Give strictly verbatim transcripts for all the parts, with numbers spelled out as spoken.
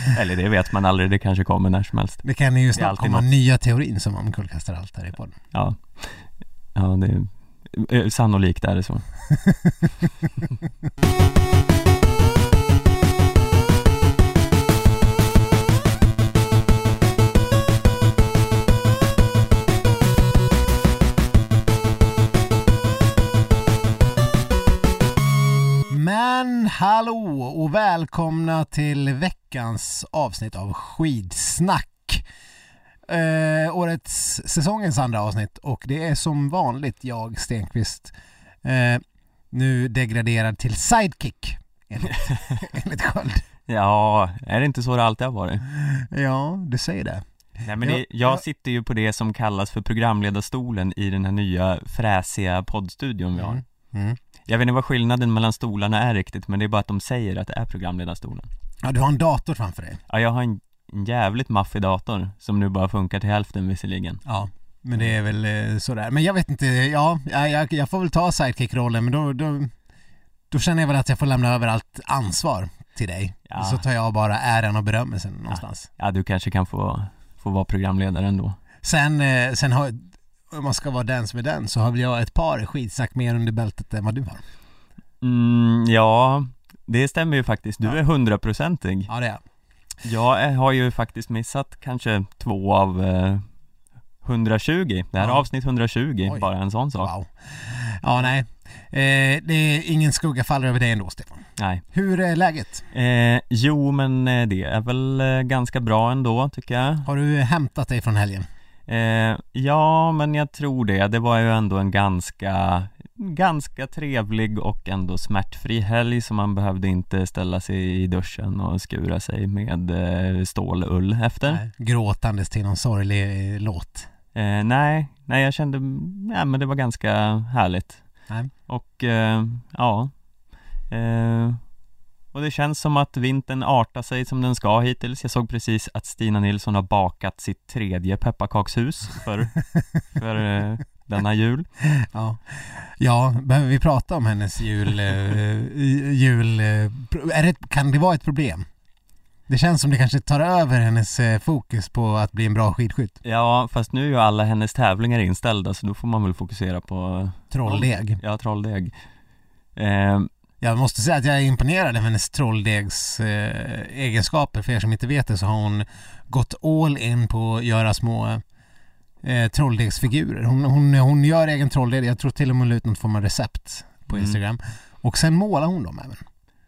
Eller det vet man aldrig, det kanske kommer när som helst. Det kan ju snart komma något. Nya teorin som omkullkastar allt här i podden. Ja, ja det är sannolikt är det så. Men hallå och välkomna till veckans avsnitt av Skidsnack. Eh, årets säsongens andra avsnitt, och det är som vanligt jag, Stenqvist, eh, nu degraderad till sidekick enligt, enligt Sköld. Ja, är det inte så det alltid har varit? Ja, du säger det. Nej, men det, jag, jag sitter ju på det som kallas för programledarstolen i den här nya fräsiga poddstudion vi har. Mm. Mm. Jag vet inte vad skillnaden mellan stolarna är riktigt, men det är bara att de säger att det är programledarstolen. Ja, du har en dator framför dig. Ja, jag har en, en jävligt maffig dator som nu bara funkar till hälften visserligen. Ja, men det är väl eh, sådär. Men jag vet inte, ja, jag, jag får väl ta sidekick-rollen, men då, då, då känner jag väl att jag får lämna över allt ansvar till dig. Ja. Så tar jag bara äran och berömmelsen någonstans. Ja, ja, du kanske kan få, få vara programledare ändå. Sen, eh, sen har, om man ska vara den som är den, så har väl jag ett par skitsnack mer under bältet än vad du har. Mm, ja, det stämmer ju faktiskt. Du ja. är hundraprocentig. Ja, det är jag. Jag har ju faktiskt missat kanske två av eh, hundratjugo. Det här ja. är avsnitt hundratjugo, Oj. Bara en sån sak. Wow. Ja, nej. Eh, det är ingen skugga faller över dig ändå, Stefan. Nej. Hur är läget? Eh, jo, men det är väl eh, ganska bra ändå, tycker jag. Har du hämtat dig från helgen? Eh, ja, men jag tror det. Det var ju ändå en ganska ganska trevlig och ändå smärtfri helg, så man behövde inte ställa sig i duschen och skura sig med eh, stålull efter. Nej, gråtandes till någon sorglig låt. Eh, nej, nej, jag kände nej, men det var ganska härligt. Nej. Och eh, ja eh, och det känns som att vintern artar sig som den ska hittills. Jag såg precis att Stina Nilsson har bakat sitt tredje pepparkakshus för, för eh, denna jul. Ja. Ja, behöver vi prata om hennes jul, uh, jul uh, är det, kan det vara ett problem? Det känns som det kanske tar över hennes uh, fokus på att bli en bra skidskytt. Ja, fast nu är ju alla hennes tävlingar inställda, så då får man väl fokusera på trolldeg. Ja, trolldeg. Eh, Jag måste säga att jag är imponerad av hennes trolldegs eh, egenskaper. För er som inte vet det, så har hon gått all in på att göra små eh, trolldegsfigurer. Hon, hon, hon gör egen trolldeg. Jag tror till och med hon la ut något form av recept på mm. Instagram. Och sen målar hon dem även.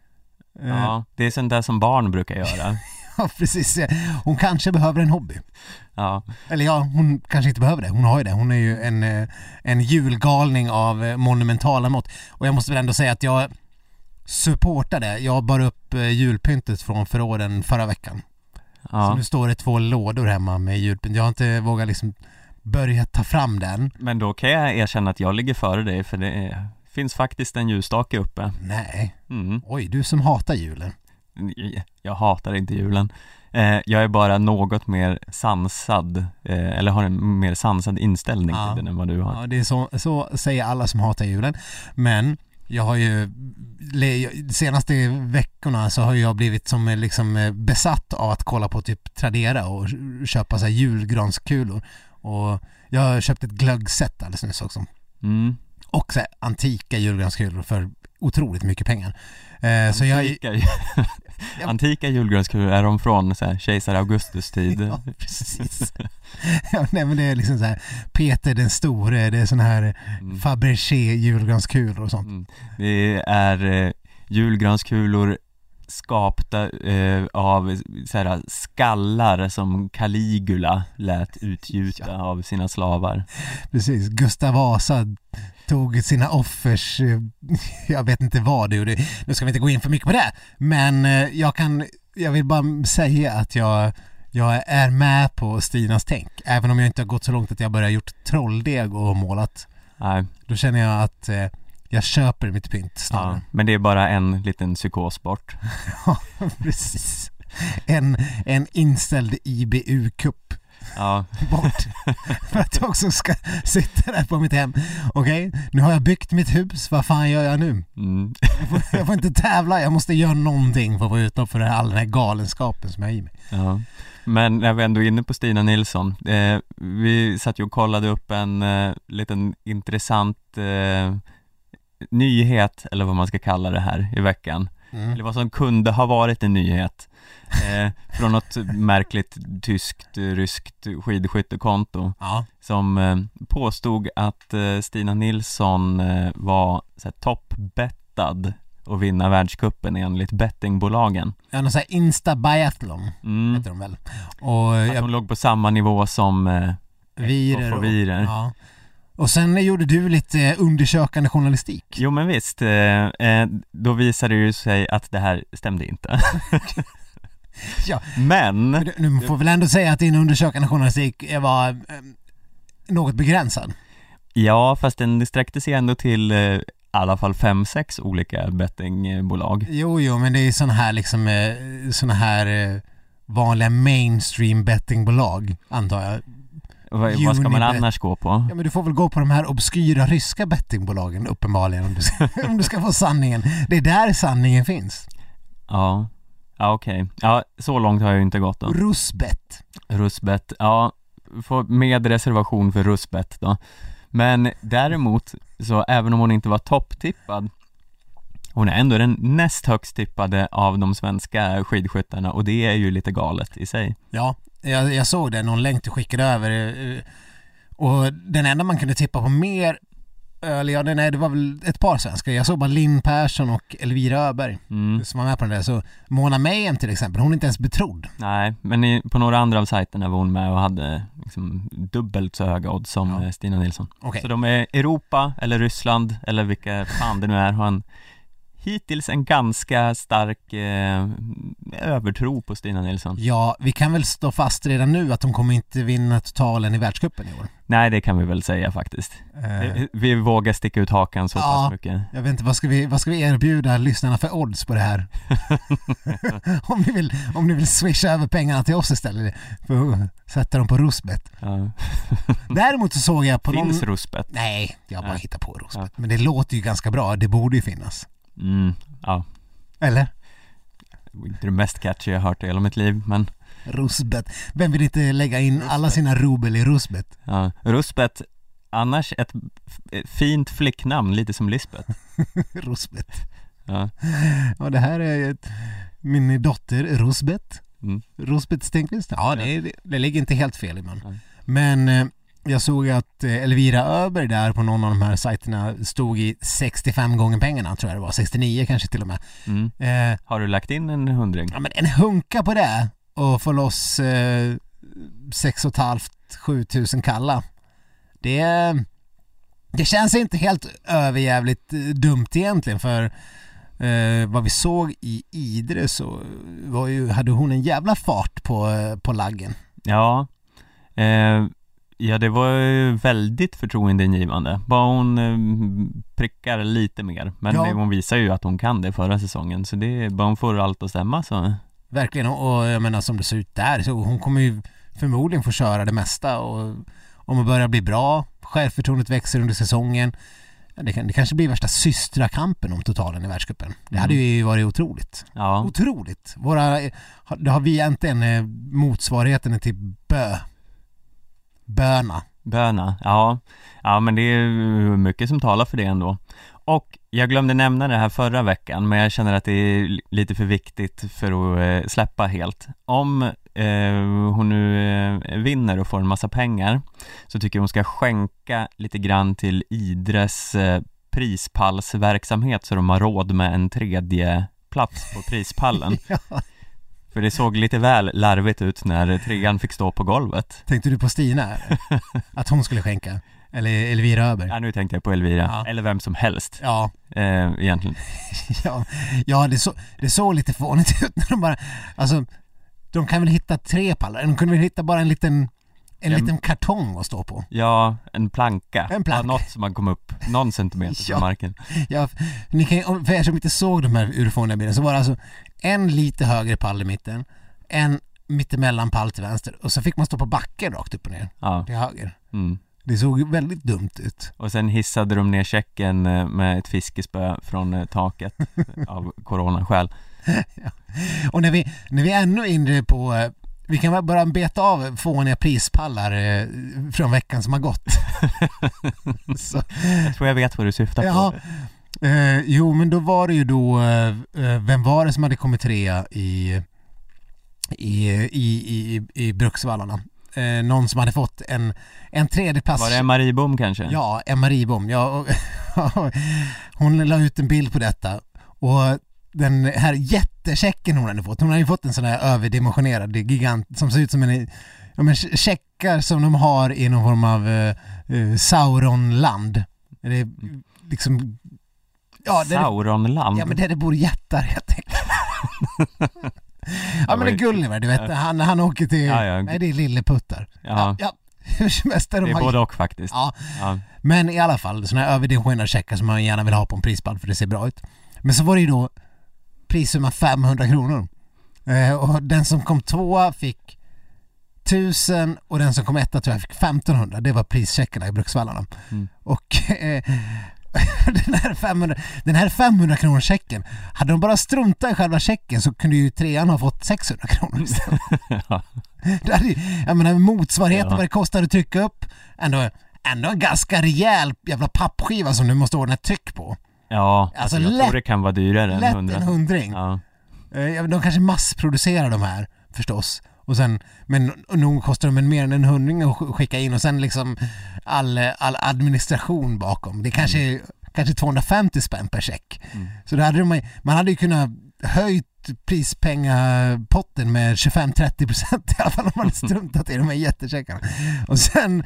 Ja, det är sånt där som barn brukar göra. Ja, precis. Hon kanske behöver en hobby. Ja. Eller ja, hon kanske inte behöver det. Hon har ju det. Hon är ju en, en julgalning av monumentala mått. Och jag måste väl ändå säga att jag supportade. Jag bar upp julpyntet från förråden förra veckan. Ja. Så nu står det två lådor hemma med julpynt. Jag har inte vågat liksom börja ta fram den. Men då kan jag erkänna att jag ligger före dig, för det är, finns faktiskt en ljusstake uppe. Nej. Mm. Oj, du som hatar julen. Jag hatar inte julen. Eh, jag är bara något mer sansad, eh, eller har en mer sansad inställning ja. till den än vad du har. Ja, det är så, så säger alla som hatar julen. Men jag har ju de senaste veckorna så har jag blivit som liksom besatt av att kolla på typ Tradera och köpa så här julgranskulor. Och jag har köpt ett glöggset alldeles nyss också. Mm. Och så här antika julgranskulor för otroligt mycket pengar. Eh, så antika, jag antika julgranskulor, är de från så här kejsar Augustus tid? Ja, precis. Ja, nej, men det är liksom så här Peter den store, det är sån här mm. Fabergé julgranskulor och sånt. Mm. Det är eh, julgranskulor skapta eh, av så här skallar som Caligula lät utgjuta ja. av sina slavar. Precis, Gustav Vasa tog sina offers, jag vet inte vad det gjorde. Nu ska vi inte gå in för mycket på det, men jag kan, jag vill bara säga att jag jag är med på Stinas tänk, även om jag inte har gått så långt att jag börjar gjort trolldeg och målat. Nej. Då känner jag att eh, jag köper mitt pynt. Ja, men det är bara en liten psykos bort. Ja, precis. En, en inställd I B U-kupp. Ja. bort. För att jag också ska sitta där på mitt hem. Okej, okay, nu har jag byggt mitt hus. Vad fan gör jag nu? Mm. Jag, får, jag får inte tävla. Jag måste göra någonting för att få utlopp för all den här galenskapen som jag är i mig. Ja. Men när vi ändå är inne på Stina Nilsson, eh, vi satt ju och kollade upp en eh, liten intressant eh, nyhet, eller vad man ska kalla det här, i veckan. Mm. Eller vad som kunde ha varit en nyhet eh, från något märkligt tyskt, ryskt skidskyttekonto ja. som eh, påstod att eh, Stina Nilsson eh, var så här, toppbettad och vinna världscupen enligt bettingbolagen. Ja, någon sån här Insta Biathlon mm. heter de väl. Och att jag... hon låg på samma nivå som eh, Virer och, Virer. Ja. Och sen gjorde du lite undersökande journalistik. Jo men visst, eh, då visade det ju sig att det här stämde inte. ja. Men nu får väl ändå säga att din undersökande journalistik var eh, något begränsad. Ja, fast den sträckte sig ändå till eh, i alla fall fem, sex olika bettingbolag. Jo, jo, men det är såna här liksom eh, såna här eh, vanliga mainstream bettingbolag, antar jag. Vad, vad ska man annars gå på? Ja, men du får väl gå på de här obskyra ryska bettingbolagen uppenbarligen om du ska, om du ska få sanningen. Det är där sanningen finns. Ja, ja okej. Okay. Ja, så långt har jag ju inte gått då. Rusbet. Rusbet, ja. Får med reservation för Rusbet då. Men däremot, så även om hon inte var topptippad, hon är ändå den näst högst tippade av de svenska skidskyttarna, och det är ju lite galet i sig. Ja, jag, jag såg det, någon länk du skickade över, och den enda man kunde tippa på mer, eller ja, nej, det var väl ett par svenskar. Jag såg bara Linn Persson och Elvira Öberg mm. som var med på den där. Så Mona Meyen till exempel, hon är inte ens betrodd. Nej, men i, på några andra av sajterna var hon med och hade liksom dubbelt så höga odds som ja. Stina Nilsson. Okay. Så de är Europa eller Ryssland eller vilka fan det nu är, har en hittills en ganska stark eh, övertro på Stina Nilsson. Ja, vi kan väl stå fast redan nu att de kommer inte vinna totalen i världscupen i år. Nej, det kan vi väl säga faktiskt. Eh. Vi, vi vågar sticka ut hakan så ja, pass mycket. Jag vet inte, vad ska vi, vad ska vi erbjuda lyssnarna för odds på det här? om, ni vill, om ni vill swisha över pengarna till oss istället för att sätta dem på Rusbet. Ja. Däremot så såg jag på Finns någon... Rusbet? Nej, jag bara ja. hittar på Rusbet. Ja. Men det låter ju ganska bra, det borde ju finnas. Mm, ja. Eller? Det är det mest catchy jag har hört i hela mitt liv, men... Rusbet. Vem vill inte lägga in Rusbet. Alla sina rubel i Rusbet? Ja, Rusbet. Annars ett f- fint flicknamn, lite som Lisbeth. Rusbet. Ja. Ja, det här är ett, min dotter Rusbet. Mm. Rusbet Stenqvist. Ja, det, det, det ligger inte helt fel i man. Ja. Men... Eh, jag såg att Elvira Öberg där på någon av de här sajterna stod i sextiofem gånger pengarna, tror jag det var. sextionio kanske till och med. Mm. Eh, Har du lagt in en hundring? Ja, men en hunka på det och få loss eh, sex och ett halvt, sju tusen kalla. Det, det känns inte helt överjävligt dumt egentligen, för eh, vad vi såg i Idre så var ju, hade hon en jävla fart på, på laggen. Ja, eh Ja, det var ju väldigt förtroendeingivande. Bara hon eh, prickar lite mer. Men ja. hon visar ju att hon kan det förra säsongen. Så det är bara hon får allt att stämma. Så. Verkligen, och jag menar som det ser ut där, så hon kommer ju förmodligen få köra det mesta. Och om hon börjar bli bra, självförtroendet växer under säsongen. Det, kan, det kanske blir värsta systrakampen om totalen i världscupen. Det mm. hade ju varit otroligt. Ja. Otroligt. Våra, det har vi egentligen motsvarigheten till bö. Böna. Böna, ja. Ja, men det är mycket som talar för det ändå. Och jag glömde nämna det här förra veckan, men jag känner att det är lite för viktigt för att släppa helt. Om eh, hon nu eh, vinner och får en massa pengar, så tycker jag hon ska skänka lite grann till Idres eh, prispallsverksamhet, så de har råd med en tredje plats på prispallen. Ja. För det såg lite väl larvigt ut när trean fick stå på golvet. Tänkte du på Stina? Att hon skulle skänka? Eller Elvira Öberg? Ja, nu tänkte jag på Elvira. Ja. Eller vem som helst. Ja. Eh, egentligen. ja, ja det, så, det såg lite fånigt ut när de bara... Alltså, de kan väl hitta tre pallar? De kunde väl hitta bara en liten... En, en liten kartong att stå på. Ja, en planka. En planka. Ja, något som man kom upp någon centimeter från ja. marken. Ja, ni kan, för er som inte såg de här urfåniga bilderna, så var det alltså en lite högre pall i mitten, en mittemellan pall till vänster. Och så fick man stå på backen rakt upp och ner Ja. till höger. Mm. Det såg väldigt dumt ut. Och sen hissade de ner checken med ett fiskespö från taket av coronaskäl. Ja. Och när vi, när vi är ännu inne på... Vi kan bara beta av fåniga prispallar eh, från veckan som har gått. Så. Jag tror jag vet vad du syftar på. Ja, eh, jo, men då var det ju då... Eh, vem var det som hade kommit trea i, i, i, i, i Bruksvallarna? Eh, någon som hade fått en, en tredje plats. Var det Emma Ribom kanske? Ja, Emma Ribom. Ja, hon la ut en bild på detta. Och den här jättechecken hon hade fått. Hon hade ju fått en sån här överdimensionerad gigant som ser ut som en... Ja, men checkar som de har i någon form av uh, Sauronland. Det är liksom... Ja, Sauronland? Ja, men där det bor jättar helt enkelt. Ja, men det är Gulliver, du vet. Han, han åker till... Ja, ja. Nej, det är Lilleputtar. Ja. Ja, hur som helst är de det är har... både och faktiskt. Ja. Ja. Men i alla fall, såna här överdimensionerade checkar som man gärna vill ha på en prispall för det ser bra ut. Men så var det ju då prissumma femhundra kronor. Eh, och den som kom tvåa fick tusen och den som kom etta tror jag fick femtonhundra. Det var prischeckarna i Bruksvallarna. Mm. Och eh, den här femhundra, den här femhundra kronor checken, hade de bara struntat i själva checken så kunde ju trean ha fått sexhundra kronor istället. Ja. Det hade, jag menar, motsvarigheten ja. Vad det kostade att trycka upp ändå, ändå en ganska rejäl jävla pappskiva som du måste ordna ett tryck på. Ja, alltså jag lätt, tror det kan vara dyrare än hundra. Lätt en hundring. Ja. De kanske massproducerar de här förstås. Och sen, men nog kostar de mer än en hundring att skicka in och sen liksom all, all administration bakom. Det är kanske, mm. kanske tvåhundrafemtio spänn per check. Mm. Så då hade de, man hade ju kunnat höjt prispengapotten med tjugofem till trettio procent i alla fall om man hade struntat i de här jättecheckarna. Och sen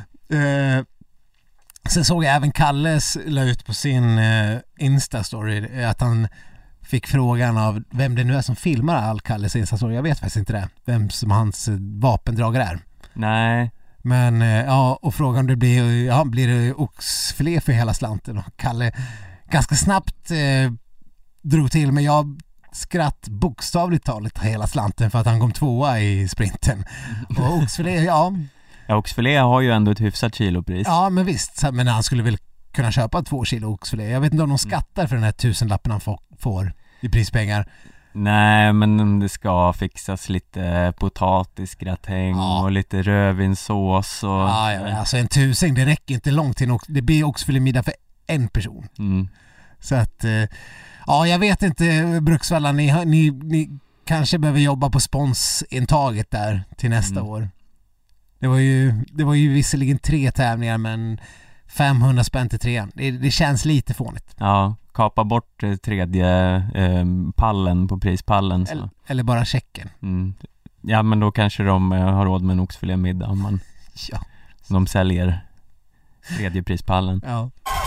eh, sen såg jag även Kalles la ut på sin eh, Insta-story att han fick frågan av vem det nu är som filmar all Kalles Insta-story. Jag vet faktiskt inte det. Vem som hans vapendragare är. Nej. Men ja, och frågan det blir ja, blir det oxfilé för hela slanten och Kalle ganska snabbt eh, drog till men jag skratt bokstavligt talat hela slanten för att han kom tvåa i sprinten. Och oxfilé, ja. Ja, oxfilé har ju ändå ett hyfsat kilopris. Ja, men visst. Men han skulle väl kunna köpa två kilo oxfilé. Jag vet inte om de skattar för den här tusenlappen han får i prispengar. Nej, men det ska fixas lite potatisgratäng ja. Och lite rödvinssås och... Ja, ja, alltså en tusing, det räcker inte långt till. Det blir oxfilémiddag för en person. Mm. Så att... Ja, jag vet inte, Bruksvallar, ni, ni, ni kanske behöver jobba på sponsintaget där till nästa mm. år. Det var ju, det var ju visserligen tre tävlingar, men femhundra spänn till trean. Det, det känns lite fånigt. Ja, kapa bort tredje eh, pallen på prispallen. Så. Eller, eller bara checken. Mm. Ja, men då kanske de har råd med en oxfilémiddag om man ja. de säljer tredje prispallen. Ja.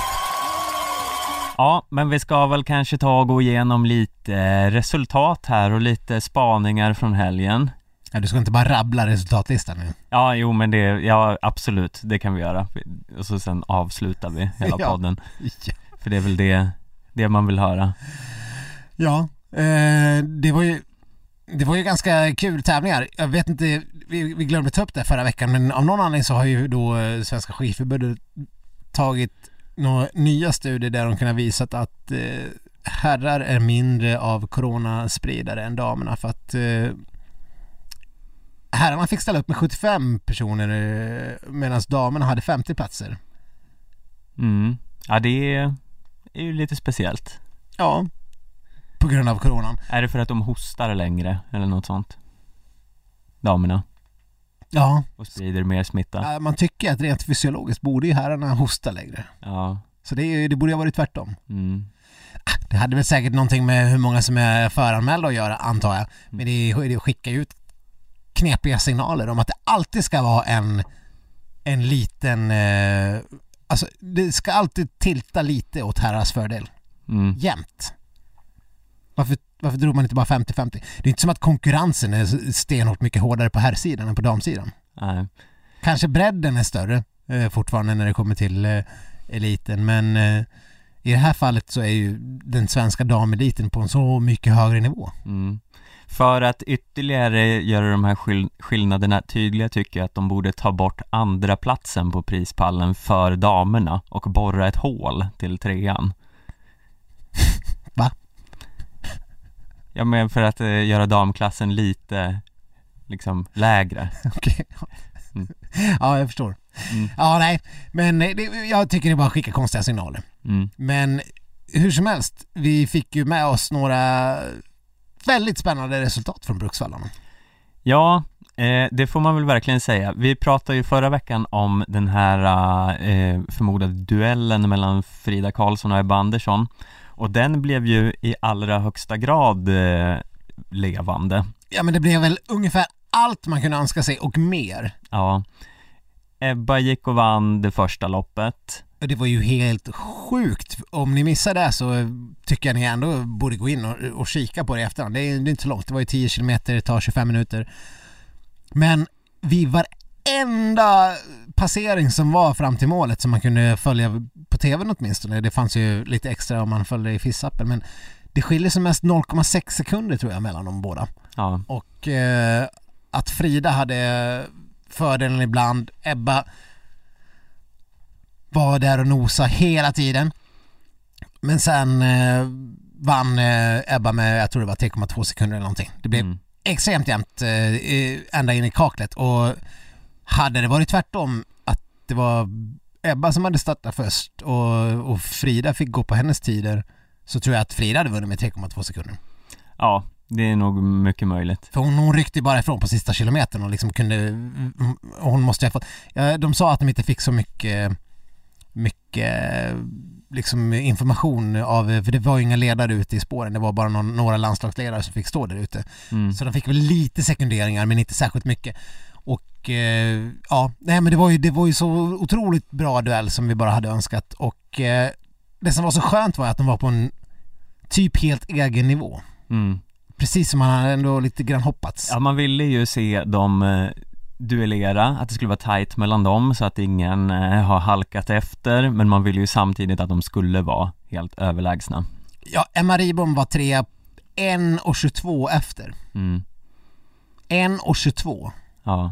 Ja, men vi ska väl kanske ta och gå igenom lite resultat här och lite spaningar från helgen. Ja, du ska inte bara rabbla resultatlistan nu. Ja, jo, men det, ja, absolut, det kan vi göra. Och så sen avslutar vi hela ja. podden. Ja. För det är väl det, det man vill höra. Ja, eh, det var ju det var ju ganska kul tävlingar. Jag vet inte, vi, vi glömde ta upp det förra veckan, men av någon anledning så har ju då Svenska Skidförbundet tagit några nya studier där de kan visa att eh, herrar är mindre av coronaspridare än damerna, för att eh, herrarna fick ställa upp med sjuttiofem personer eh, medan damerna hade femtio platser. Mm. Ja, det är, är ju lite speciellt. Ja, på grund av coronan. Är det för att de hostar längre eller något sånt? Damerna? Ja. Och sprider mer smitta. Ja, man tycker att rent fysiologiskt borde ju herrarna hosta längre. Ja. Så det, det borde ju ha varit tvärtom. Mm. Det hade väl säkert någonting med hur många som är föranmälda att göra, antar jag. Men det, det skickar ju ut knepiga signaler om att det alltid ska vara en en liten eh, alltså det ska alltid tilta lite åt herrars fördel. Mm. Jämt. Varför, varför drog man inte bara femtio femtio? Det är inte som att konkurrensen är stenhårt mycket hårdare på herrsidan än på damsidan. Nej. Kanske bredden är större eh, fortfarande när det kommer till eh, eliten, men eh, i det här fallet så är ju den svenska dameliten på en så mycket högre nivå. Mm. För att ytterligare göra de här skill- skillnaderna tydliga tycker jag att de borde ta bort andra platsen på prispallen för damerna och borra ett hål till trean. Va? Ja, men för att eh, göra damklassen lite liksom lägre. Okej. Mm. Ja, jag förstår. Mm. Ja, nej. Men det, jag tycker det bara skickar konstiga signaler. Mm. Men hur som helst, vi fick ju med oss några väldigt spännande resultat från Bruksvallarna. Ja, eh, det får man väl verkligen säga. Vi pratade ju förra veckan om den här eh, förmodade duellen mellan Frida Karlsson och Ebba Andersson. Och den blev ju i allra högsta grad eh, levande. Ja, men det blev väl ungefär allt man kunde önska sig och mer. Ja. Ebba gick och vann det första loppet. Det var ju helt sjukt. Om ni missade det så tycker jag ni ändå borde gå in och, och kika på det i efterhand. Det är, det är inte så långt. Det var ju tio kilometer, det tar tjugofem minuter. Men vid varenda passering som var fram till målet som man kunde följa på tvn åtminstone. Det fanns ju lite extra om man följde i Fissappen. Men det skiljer som mest noll komma sex sekunder tror jag mellan de båda. Ja. Och eh, att Frida hade fördelen ibland. Ebba var där och nosa hela tiden. Men sen eh, vann eh, Ebba med, jag tror det var tre komma två sekunder eller någonting. Det blev mm. extremt jämnt eh, ända in i kaklet. Och hade det varit tvärtom att det var Ebba som hade startat först och, och Frida fick gå på hennes tider, så tror jag att Frida hade vunnit med tre komma två sekunder. Ja, det är nog mycket möjligt. För hon, hon ryckte bara ifrån på sista kilometern och liksom kunde, hon måste ha fått, ja, de sa att de inte fick så mycket mycket liksom information av, för det var ju inga ledare ute i spåren, det var bara någon, några landslagsledare som fick stå där ute. Mm. Så de fick väl lite sekunderingar men inte särskilt mycket. Och eh, ja, nej men det var ju det var ju så otroligt bra duell som vi bara hade önskat, och eh, det som var så skönt var att de var på en typ helt egen nivå. Mm. Precis som man hade ändå lite grann hoppats. Ja, man ville ju se dem eh, duellera, att det skulle vara tajt mellan dem så att ingen eh, har halkat efter, men man ville ju samtidigt att de skulle vara helt överlägsna. Ja, Emma Ribom var tre en och tjugotvå efter. Mm. en och tjugotvå. Ja.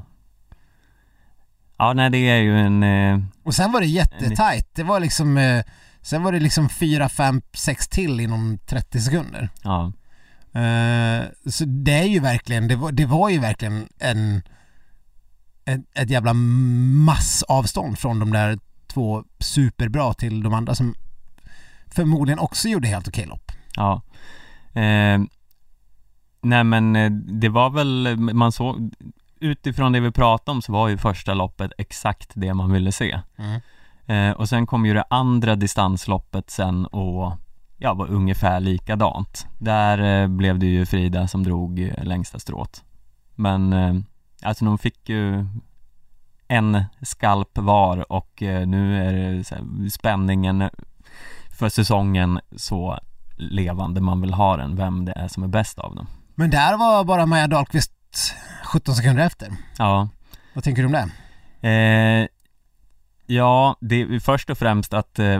Ja, nej, det är ju en... Eh, och sen var det jättetajt. Det var liksom... Eh, sen var det liksom fyra, fem, sex till inom trettio sekunder. Ja. Eh, så det är ju verkligen... Det var, det var ju verkligen en... Ett, ett jävla massavstånd från de där två superbra till de andra som förmodligen också gjorde helt okej lopp. Ja. Eh, nej, men det var väl... Man såg... Utifrån det vi pratade om så var ju första loppet exakt det man ville se. Mm. Eh, och sen kom ju det andra distansloppet sen och ja, var ungefär likadant. Där eh, blev det ju Frida som drog eh, längsta strået. Men eh, alltså de fick ju en skalp var, och eh, nu är det så här, spänningen för säsongen så levande man vill ha den, vem det är som är bäst av dem. Men där var bara Maja Dahlqvist sjutton sekunder efter. Ja. Vad tänker du om det? Eh, ja, det är först och främst att eh,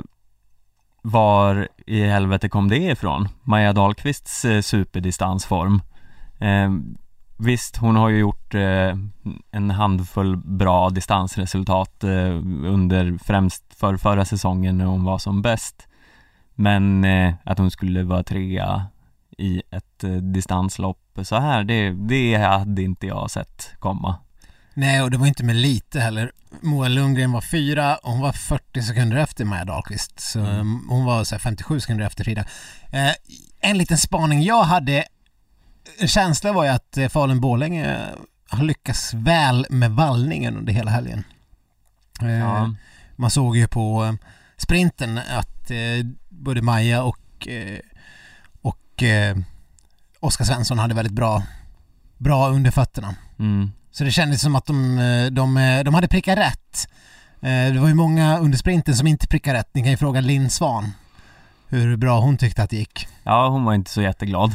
var i helvete kom det ifrån? Maja Dahlqvists eh, superdistansform. Eh, visst, hon har ju gjort eh, en handfull bra distansresultat eh, under främst för förra säsongen när hon var som bäst. Men eh, att hon skulle vara trea i ett eh, distanslopp så här, det, det hade inte jag sett komma. Nej, och det var inte med lite heller. Moa Lundgren var fyra och hon var fyrtio sekunder efter Maja Dahlqvist. Så mm. hon var så här femtiosju sekunder efter Frida. Eh, en liten spaning jag hade, en känsla var ju att eh, Falun-Borlänge har lyckats väl med vallningen under hela helgen. Eh, ja. Man såg ju på eh, sprinten att eh, både Maja och eh, och eh, Oskar Svensson hade väldigt bra bra under fötterna. Mm. Så det kändes som att de, de, de hade prickat rätt. Det var ju många under sprinten som inte prickade rätt. Ni kan ju fråga Linn Svan hur bra hon tyckte att det gick. Ja, hon var inte så jätteglad.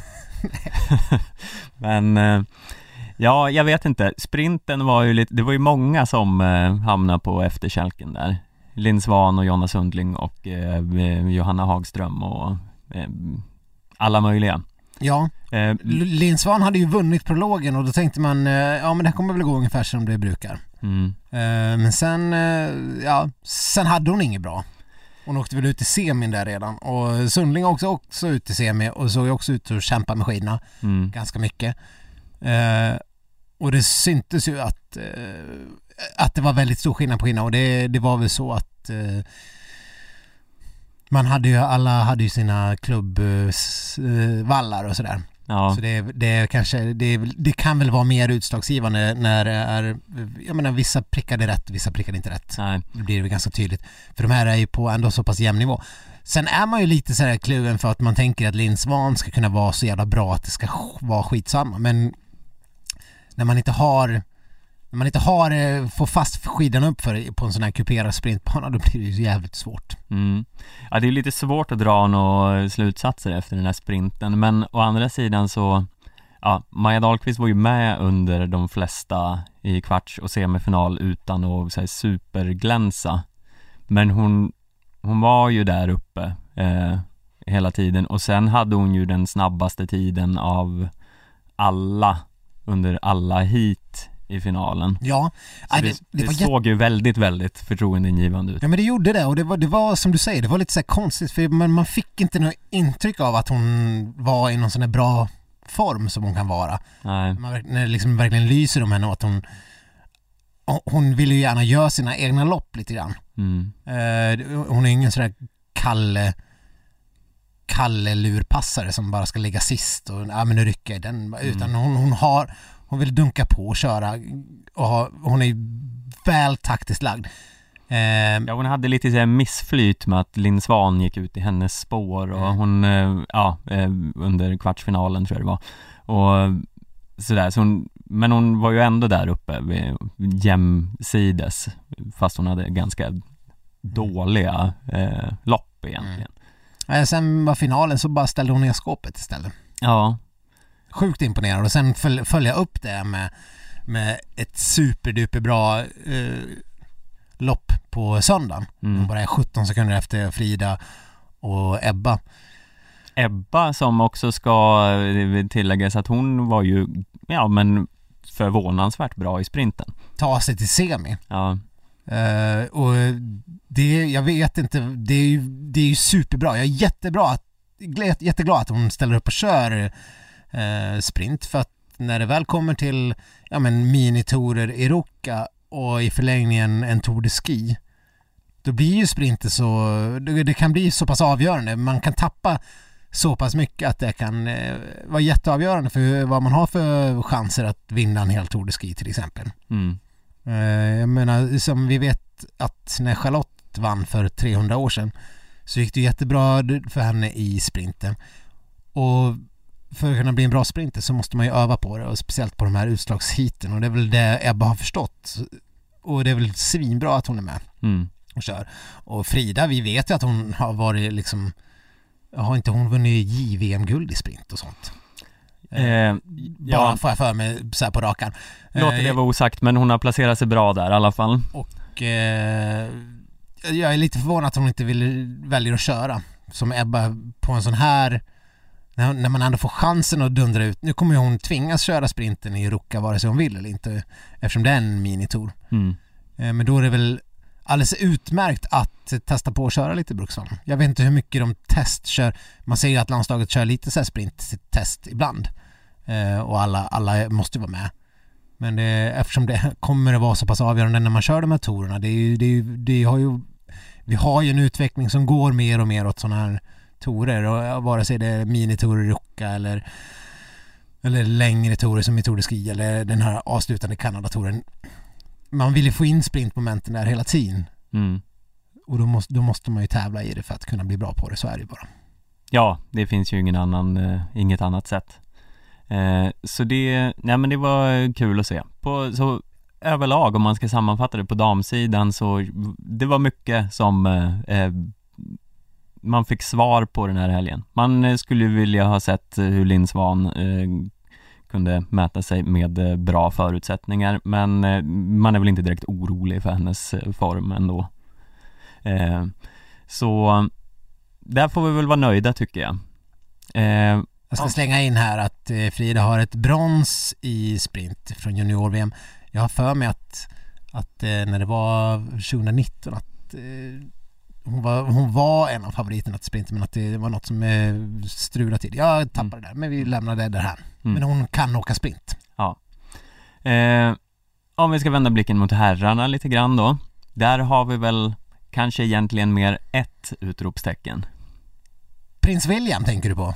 Men ja, jag vet inte. Sprinten var ju lite, det var ju många som hamnade på efterkälken där. Linn Svan och Jonna Sundling och eh, Johanna Hagström och eh, alla möjliga. Ja, Eh, Linn Svan hade ju vunnit prologen och då tänkte man, eh, ja men det här kommer väl gå ungefär som det brukar. mm. Eh, men sen, eh, ja, sen hade hon inget bra. Hon åkte väl ut i semin där redan. Och Sundling också, också ut i semi och såg ju också ut att kämpa med skidorna Mm. ganska mycket. Eh, och det syntes ju att, eh, att det var väldigt stor skillnad på skidorna och det, det var väl så att eh, man hade ju, alla hade ju sina klubbvallar och sådär. Ja. Så det, det kanske det, det kan väl vara mer utslagsgivande när det är, jag menar vissa prickade rätt, vissa prickade inte rätt. Nej. Det blir det ganska tydligt. För de här är ju på ändå så pass jämn nivå. Sen är man ju lite så här kluven för att man tänker att Linn Svan ska kunna vara så jävla bra att det ska vara skitsamma. Men när man inte har när man inte har får fast skidan upp för på en sån här kuperad sprintbana, då blir det ju jävligt svårt. Mm. Ja, det är lite svårt att dra några slutsatser efter den här sprinten, men å andra sidan så ja, Maja Dahlqvist var ju med under de flesta i kvarts och semifinal utan att så här, superglänsa, men hon hon var ju där uppe eh, hela tiden och sen hade hon ju den snabbaste tiden av alla under alla hit i finalen. Ja, det, det, det, det, det var såg jätt... ju väldigt, väldigt förtroendeingivande ut. Ja, men det gjorde det och det var, det var som du säger, det var lite så här konstigt för man, man fick inte något intryck av att hon var i någon sån här bra form som hon kan vara. Nej. Man, när det liksom verkligen lyser om henne och att hon hon vill ju gärna göra sina egna lopp lite grann. Mm. Uh, hon är ingen sån där kalle kalle lurpassare som bara ska ligga sist och ja, men nu rycker jag den, utan hon, hon har hon vill dunka på och köra och ha, hon är väl taktiskt lagd. Uh, ja, hon hade lite så här missflyt med att Linn Svan gick ut i hennes spår och hon uh, ja, uh, under kvartsfinalen tror jag det var. Och sådär, så hon, men hon var ju ändå där uppe vid jämsides fast hon hade ganska dåliga eh, lopp egentligen. Mm. Sen var finalen så bara ställde hon ner skåpet istället. Ja. Sjukt imponerande och sen föl- följa upp det med, med ett superduperbra eh, lopp på söndagen. Mm. Hon bara är sjutton sekunder efter Frida och Ebba. Ebba som också ska tilläggas att hon var ju ja men förvånansvärt bra i sprinten. Ta sig till semi. Ja. Uh, och det, jag vet inte, det är ju, det är ju superbra. Jag är jättebra att, jätteglad att hon ställer upp och kör uh, sprint, för att när det väl kommer till ja men minitorer i Ruka och i förlängningen en Tour de Ski, då blir ju sprinter så det, det kan bli så pass avgörande. Man kan tappa så pass mycket att det kan eh, vara jätteavgörande för vad man har för chanser att vinna en hel Tour de Ski till exempel. Mm. Eh, jag menar, som vi vet att när Charlotte vann för trehundra år sedan så gick det jättebra för henne i sprinten. Och för att kunna bli en bra sprinter så måste man ju öva på det, och speciellt på de här utslagshiten, och det är väl det Ebba har förstått. Och det är väl svinbra att hon är med Mm. och kör. Och Frida, vi vet ju att hon har varit liksom, har inte hon vunnit J V M-guld i sprint och sånt? Eh, Bara ja, får jag för mig så här på rakan. låter det vara osagt, men hon har placerat sig bra där i alla fall. Och eh, jag är lite förvånad att hon inte vill välja att köra som Ebba på en sån här, när, när man ändå får chansen att dundra ut. Nu kommer hon tvingas köra sprinten i Ruka vare sig hon vill eller inte, eftersom det är en minitour. Mm. Eh, men då är det väl alldeles utmärkt att testa på att köra lite Bruksvallen. Jag vet inte hur mycket de testkör. Man ser ju att landslaget kör lite så här sprinttest ibland. Eh, och alla, alla måste vara med. Men det, eftersom det kommer att vara så pass avgörande när man kör de här tourerna, det är ju, det är ju, det har ju, vi har ju en utveckling som går mer och mer åt sådana här tourer, och vare sig det är minitourer i Ruka eller, eller längre tourer som i Tour de Ski eller den här avslutande Kanada-touren. Man vill ju få in sprintmomenten där hela tiden. Mm. Och då måste, då måste man ju tävla i det för att kunna bli bra på det, så är det ju bara. Ja, det finns ju ingen annan, eh, inget annat sätt. Eh, så det, nej men det var kul att se. På, så överlag, om man ska sammanfatta det på damsidan, så det var mycket som eh, man fick svar på den här helgen. Man eh, skulle ju vilja ha sett hur Linn Svan eh, kunde mäta sig med eh, bra förutsättningar, men eh, man är väl inte direkt orolig för hennes eh, form ändå. Eh, så där får vi väl vara nöjda, tycker jag. Eh, Jag ska Ja. slänga in här att eh, Frida har ett brons i sprint från junior-V M. Jag har för mig att, att eh, när det var tjugonitton att eh, hon, var, hon var en av favoriterna till sprint, men att det var något som eh, strulade till. Jag tappade Mm. det där, men vi lämnar det där här. Mm. Men hon kan åka sprint. Ja. Eh, om vi ska vända blicken mot herrarna lite grann då. Där har vi väl kanske egentligen mer ett utropstecken. Prins William tänker du på?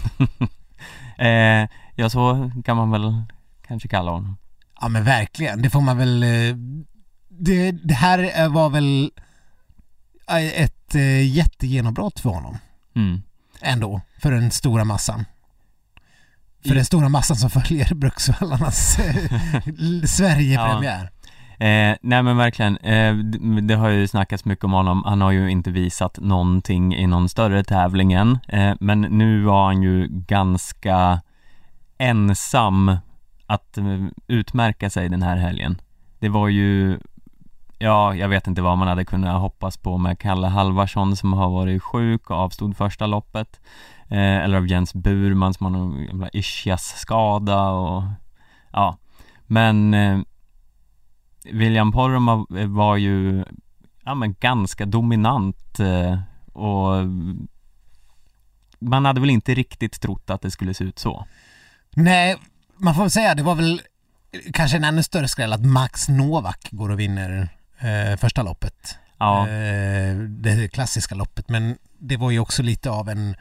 eh, ja, så kan man väl kanske kalla honom. Ja, men verkligen. Det får man väl... eh, Det, det här var väl ett eh, jättegenombrott för honom. Mm. Ändå, för den stora massan. För I- den stora massan som följer Bruksvallarnas eh, Sverige-premiär. Eh, nej men verkligen, eh, det, det har ju snackats mycket om honom. Han har ju inte visat någonting i någon större tävling än, eh, men nu var han ju ganska ensam att eh, utmärka sig den här helgen. Det var ju, ja, jag vet inte vad man hade kunnat hoppas på med Kalle Halvarsson som har varit sjuk och avstod första loppet, eh, eller av Jens Burman som har någon jävla ischias-skada och ja, men eh, William Poromaa var ju ja, men ganska dominant eh, och man hade väl inte riktigt trott att det skulle se ut så. Nej, man får väl säga det var väl kanske en ännu större skräll att Max Novak går och vinner eh, första loppet. Ja, Eh, det klassiska loppet, men det var ju också lite av en...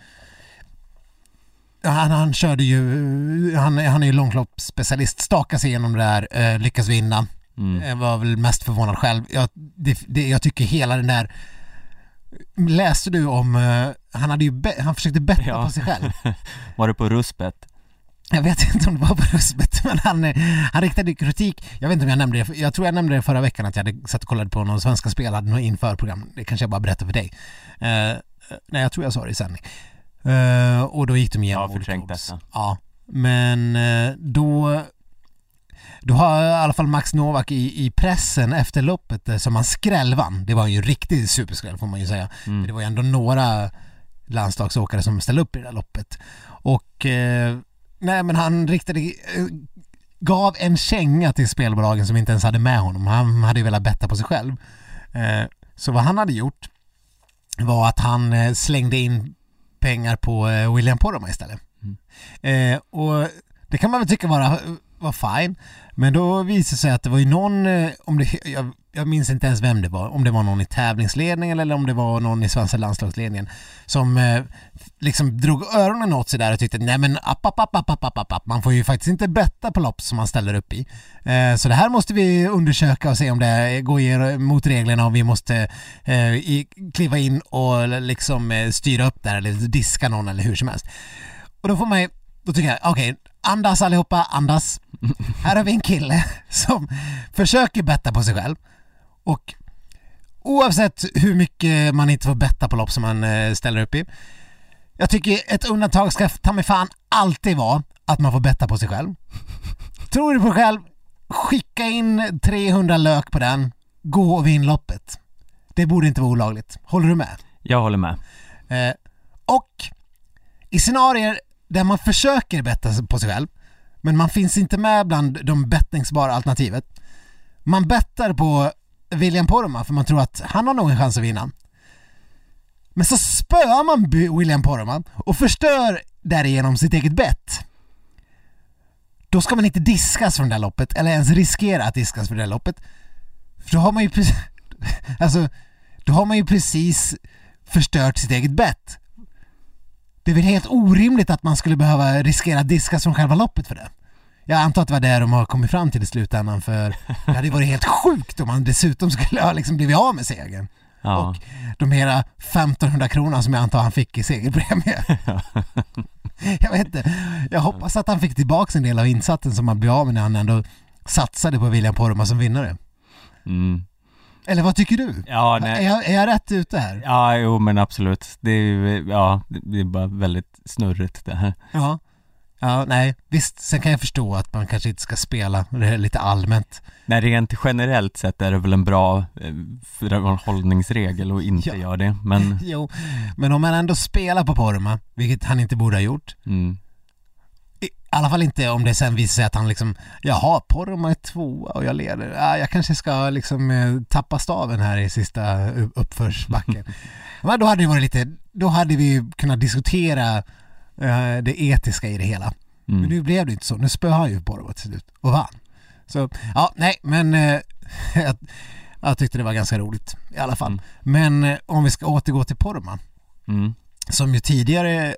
Han, han körde ju... Han, han är ju långloppsspecialist, stakade sig igenom det här, eh, lyckas vinna. mm. Jag var väl mest förvånad själv. Jag, det, det, jag tycker hela den där... Läste du om... Uh, han, hade ju be, han försökte betta Ja. på sig själv. Var det på ruspet? Jag vet inte om det var på röstbett, men han, eh, han riktade kritik. Jag vet inte om jag nämnde det. Jag tror jag nämnde det förra veckan att jag hade satt och kollade på någon svenska spel, hade något införprogram. Det kanske jag bara berättar för dig. Uh, nej, jag tror jag sa det i sändning. Uh, och då gick de igenom Ja, olika förträngt odds. detta. Ja, men uh, då... Då har i alla fall Max Novak i, i pressen efter loppet eh, som han skrällvann. Det var ju en riktig superskräll får man ju säga. Mm. För det var ju ändå några landslagsåkare som ställde upp i det där loppet. Och eh, nej, men han riktade eh, gav en känga till spelbolagen som inte ens hade med honom. Han hade ju velat betta på sig själv. Eh, så vad han hade gjort var att han eh, slängde in pengar på eh, William Poromaa istället. Mm. Eh, och det kan man väl tycka vara var fine, men då visade det sig att det var ju någon, eh, om det, jag, jag minns inte ens vem det var, om det var någon i tävlingsledningen eller om det var någon i svenska landslagsledningen som eh, liksom drog öronen åt sig där och tyckte nej men app, app, app, app, app, app, app. Man får ju faktiskt inte betta på lopp som man ställer upp i. Eh, så det här måste vi undersöka och se om det går mot reglerna och vi måste eh, i, kliva in och liksom eh, styra upp där eller diska någon eller hur som helst. Och då får man ju, då tycker jag, okej, okay, andas allihopa, andas. Här har vi en kille som försöker betta på sig själv och oavsett hur mycket man inte får betta på lopp som man eh, ställer upp i, jag tycker ett undantag ska ta mig fan alltid vara att man får betta på sig själv. Tror du på själv, skicka in trehundra lök på den, gå och vinn loppet. Det borde inte vara olagligt. Håller du med? Jag håller med. Eh, och i scenarier där man försöker betta på sig själv men man finns inte med bland de bettningsbara alternativet. Man bettar på William Poromaa för man tror att han har nog en chans att vinna. Men så spöar man William Poromaa och förstör därigenom sitt eget bett. Då ska man inte diskas från det här loppet eller ens riskera att diskas för det här loppet. För då har man ju precis, alltså, då har man ju precis förstört sitt eget bett. Det är väl helt orimligt att man skulle behöva riskera att diskas från själva loppet för det. Jag antar att det var där de har kommit fram till i slutändan, för det hade varit helt sjukt om man dessutom skulle ha liksom blivit av med segern. Ja. Och de här femtonhundra kronor som jag antar han fick i segerpremie. Jag vet inte. Jag hoppas att han fick tillbaka en del av insatsen som han blev av med när han ändå satsade på William Poromaa som vinnare. Mm. Eller vad tycker du? Ja, nej. Är, jag, är jag rätt ute här? Ja, jo men absolut. Det är ju, ja, det är bara väldigt snurrigt det här. Ja. Ja, nej. Visst, sen kan jag förstå att man kanske inte ska spela det är lite allmänt. Nej, rent generellt sett är det väl en bra eh, förhållningsregel och inte Ja. gör det. Men, Jo, men om man ändå spelar på Poromaa, vilket han inte borde ha gjort, mm. alla fall inte om det sen visar sig att han liksom, jaha, Poromaa är tvåa och jag leder. Ja, jag kanske ska liksom eh, tappa staven här i sista uppförsbacken. Men då hade det varit lite, då hade vi kunnat diskutera eh, det etiska i det hela. Mm. Men nu blev det inte så. Nu spöade han ju Poromaa till slut och vann. Så, ja, nej, men eh, jag, jag tyckte det var ganska roligt i alla fall. Mm. Men eh, om vi ska återgå till Poromaa, mm. som ju tidigare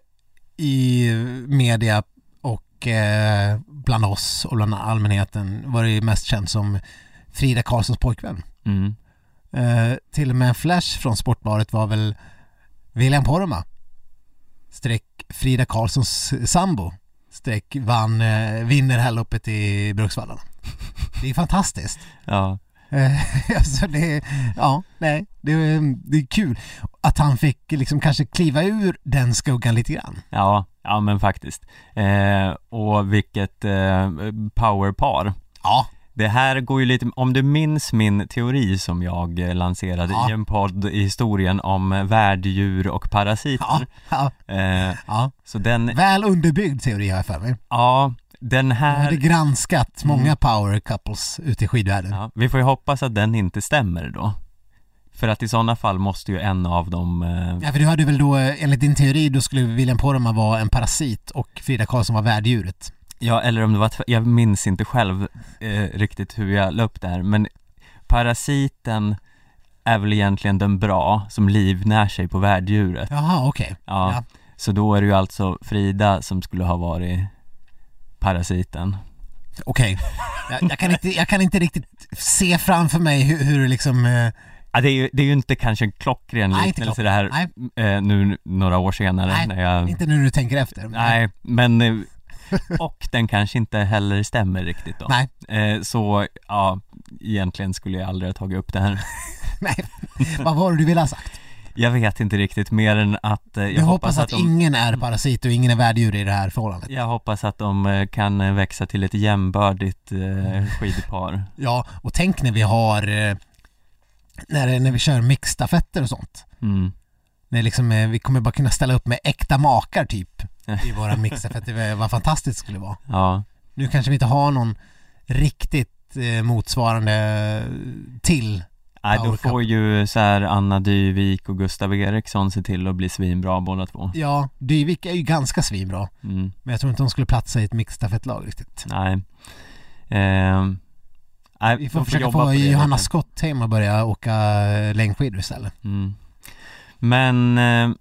i media och eh, bland oss och bland allmänheten var det mest känt som Frida Karlssons pojkvän. Mm. Eh, till och med en flash från Sportbladet var väl William Poromaa streck Frida Karlssons sambo streck vann, eh, vinner hällloppet i Bruksvallarna. Det är fantastiskt. Ja. alltså det, ja, nej, det, det är kul att han fick liksom kanske kliva ur den skuggan lite grann. Ja, ja men faktiskt. Eh, och vilket eh, powerpar. Ja. Det här går ju lite, om du minns min teori som jag lanserade ja. i en podd i historien om värddjur och parasiter. Ja, ja. Eh, ja. Så den, väl underbyggd teori har jag för mig. Ja, den här... Jag hade granskat många mm. power couples ute i skidvärlden. Ja, vi får ju hoppas att den inte stämmer då. För att i sådana fall måste ju en av dem... Eh... Ja, för du hade väl då, enligt din teori, då skulle William Poromaa vara en parasit och Frida Karlsson var värddjuret. Ja, eller om det var... Jag minns inte själv eh, riktigt hur jag la upp det här. Men parasiten är väl egentligen den bra som livnär sig på värddjuret. Jaha, okej. Okay. Ja, ja. Så då är det ju alltså Frida som skulle ha varit parasiten. Okej. Okay. Jag, jag, kan inte, jag kan inte riktigt se framför mig hur, hur liksom... Eh... Ja, det, är ju, det är ju inte kanske en klockren liknelse det här eh, nu några år senare. Nej, när jag... inte nu när du tänker efter. Nej, men... Eh, och den kanske inte heller stämmer riktigt då. Nej. Eh, så, ja, egentligen skulle jag aldrig ha tagit upp det här. Nej, vad var det du ville ha sagt? Jag vet inte riktigt mer än att eh, jag hoppas, hoppas att, att de, ingen är parasit och ingen är värddjur i det här förhållandet. Jag hoppas att de eh, kan växa till ett jämbördigt eh, skidpar. Ja, och tänk när vi har eh, när, när vi kör mixstafetter och sånt. Mm. När liksom, eh, vi kommer bara kunna ställa upp med äkta makar typ i våra mixstafetter. Vad fantastiskt skulle vara. Ja. Nu kanske vi inte har någon riktigt eh, motsvarande till. Nej, då får ju så här Anna Dyvik och Gustav Eriksson se till att bli svinbra båda två. Ja, Dyvik är ju ganska svinbra. Mm. Men jag tror inte de skulle platsa i ett mixstafettlag riktigt. Nej. Eh, nej vi får försöka få Johanna Skott hem och börja åka längdskidor istället. Mm. Men eh,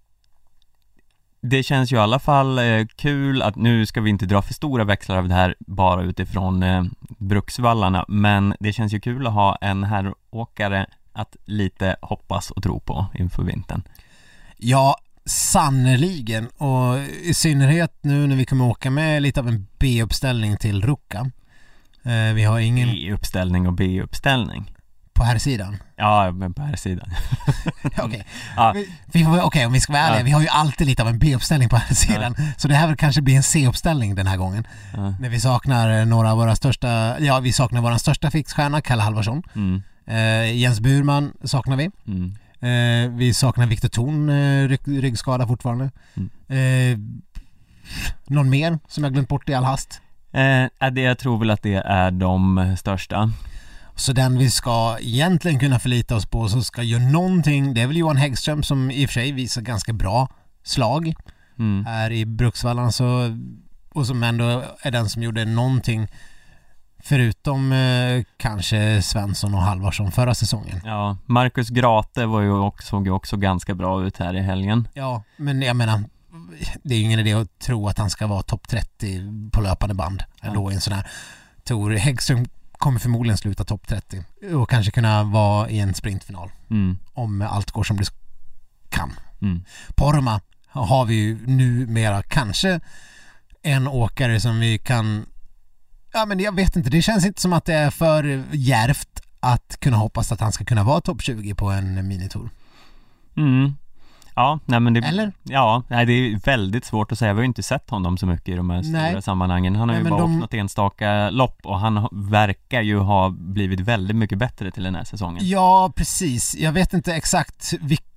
det känns ju i alla fall eh, kul att nu ska vi inte dra för stora växlar av det här bara utifrån eh, Bruksvallarna, men det känns ju kul att ha en herråkare att lite hoppas och tro på inför vintern. Ja, sannoliken, och i synnerhet nu när vi kommer åka med lite av en B-uppställning till Ruka. Eh, vi har ingen B-uppställning och B-uppställning. På här sidan. Ja, men på här sidan. Okej. Okay. Ja. Vi, vi, okay, om vi ska vara ärliga, ja. Vi har ju alltid lite av en B-uppställning på här sidan. Ja. Så det här väl kanske blir en C-uppställning den här gången. Ja. När vi saknar några av våra största, ja vi saknar vår största fixstjärna, Kalle Halvarsson. Mm. Eh, Jens Burman saknar vi. Mm. Eh, vi saknar Viktor Thorn, eh, rygg, ryggskada fortfarande. Mm. Eh, någon mer som jag glömt bort i all hast? Eh, det, jag tror väl att det är de största. Så den vi ska egentligen kunna förlita oss på som ska göra någonting, det är väl Johan Häggström som i och för sig visar ganska bra slag mm. här i Bruksvallarna, så, och som ändå är den som gjorde någonting förutom eh, kanske Svensson och Halvarsson förra säsongen. Ja, Marcus Grate var ju också, såg ju också ganska bra ut här i helgen. Ja, men jag menar, det är ju ingen idé att tro att han ska vara topp trettio på löpande band ändå ja. I en sån här tour. Häggström kommer förmodligen sluta topp trettio och kanske kunna vara i en sprintfinal mm. om allt går som det kan. Mm. Poromaa har vi ju numera kanske en åkare som vi kan, ja men jag vet inte, det känns inte som att det är för djärvt att kunna hoppas att han ska kunna vara topp tjugo på en minitour. Mm. Ja, nej men det, Eller? Ja, nej, det är väldigt svårt att säga. Vi har ju inte sett honom så mycket i de här nej. Stora sammanhangen. Han har nej, ju bara de... åkt något enstaka lopp och han verkar ju ha blivit väldigt mycket bättre till den här säsongen. Ja, precis. Jag vet inte exakt vilka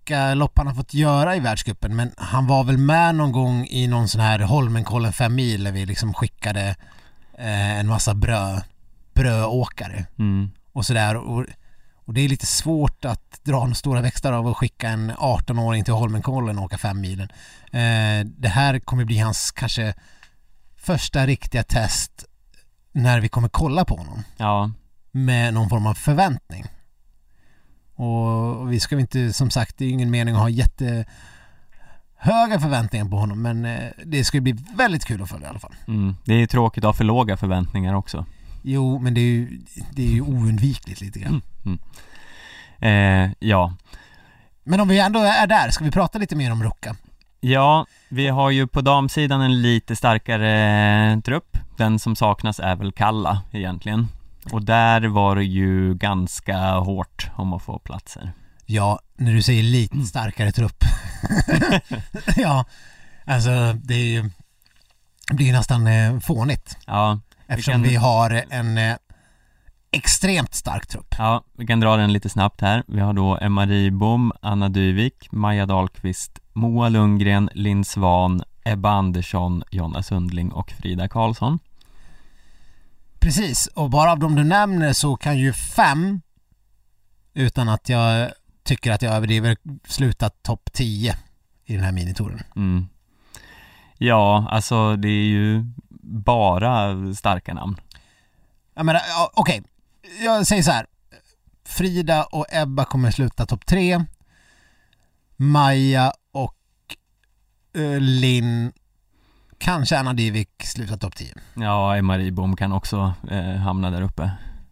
vilka lopp han har fått göra i världscupen, men han var väl med någon gång i någon sån här Holmenkollen fem mil där vi liksom skickade eh, en massa brö, bröåkare Mm. och sådär. Och, och det är lite svårt att dra några stora växlar av att skicka en arton-åring till Holmenkollen och åka fem milen. Eh, det här kommer bli hans kanske första riktiga test när vi kommer kolla på honom. Ja. Med någon form av förväntning. Och vi ska inte, som sagt, det är ingen mening att ha jättehöga förväntningar på honom, men det ska bli väldigt kul att följa i alla fall. Mm. Det är ju tråkigt att ha för låga förväntningar också. Jo, men det är ju, det är ju oundvikligt lite grann. Mm. Mm. Eh, ja. Men om vi ändå är där, ska vi prata lite mer om Ruka? Ja, vi har ju på damsidan en lite starkare trupp. Den som saknas är väl Kalla egentligen. Och där var det ju ganska hårt om att få platser. Ja, när du säger lite starkare trupp. Ja, alltså det är ju, det blir nästan eh, fånigt. Ja, eftersom vi, kan... vi har en eh, extremt stark trupp. Ja, vi kan dra den lite snabbt här. Vi har då Emma Ribom, Anna Dyvik, Maja Dahlqvist, Moa Lundgren, Linn Svan, Ebba Andersson, Jonna Sundling och Frida Karlsson. Precis, och bara av dem du nämner så kan ju fem, utan att jag tycker att jag överdriver, sluta topp tio i den här minitouren. Mm. Ja, alltså det är ju bara starka namn. Jag menar, ja, okej, jag säger så här. Frida och Ebba kommer sluta topp tre. Maja och uh, Linn, kanske Anna Dyvik slutar topp tio. Ja, Emma Ribom kan också eh, hamna där uppe.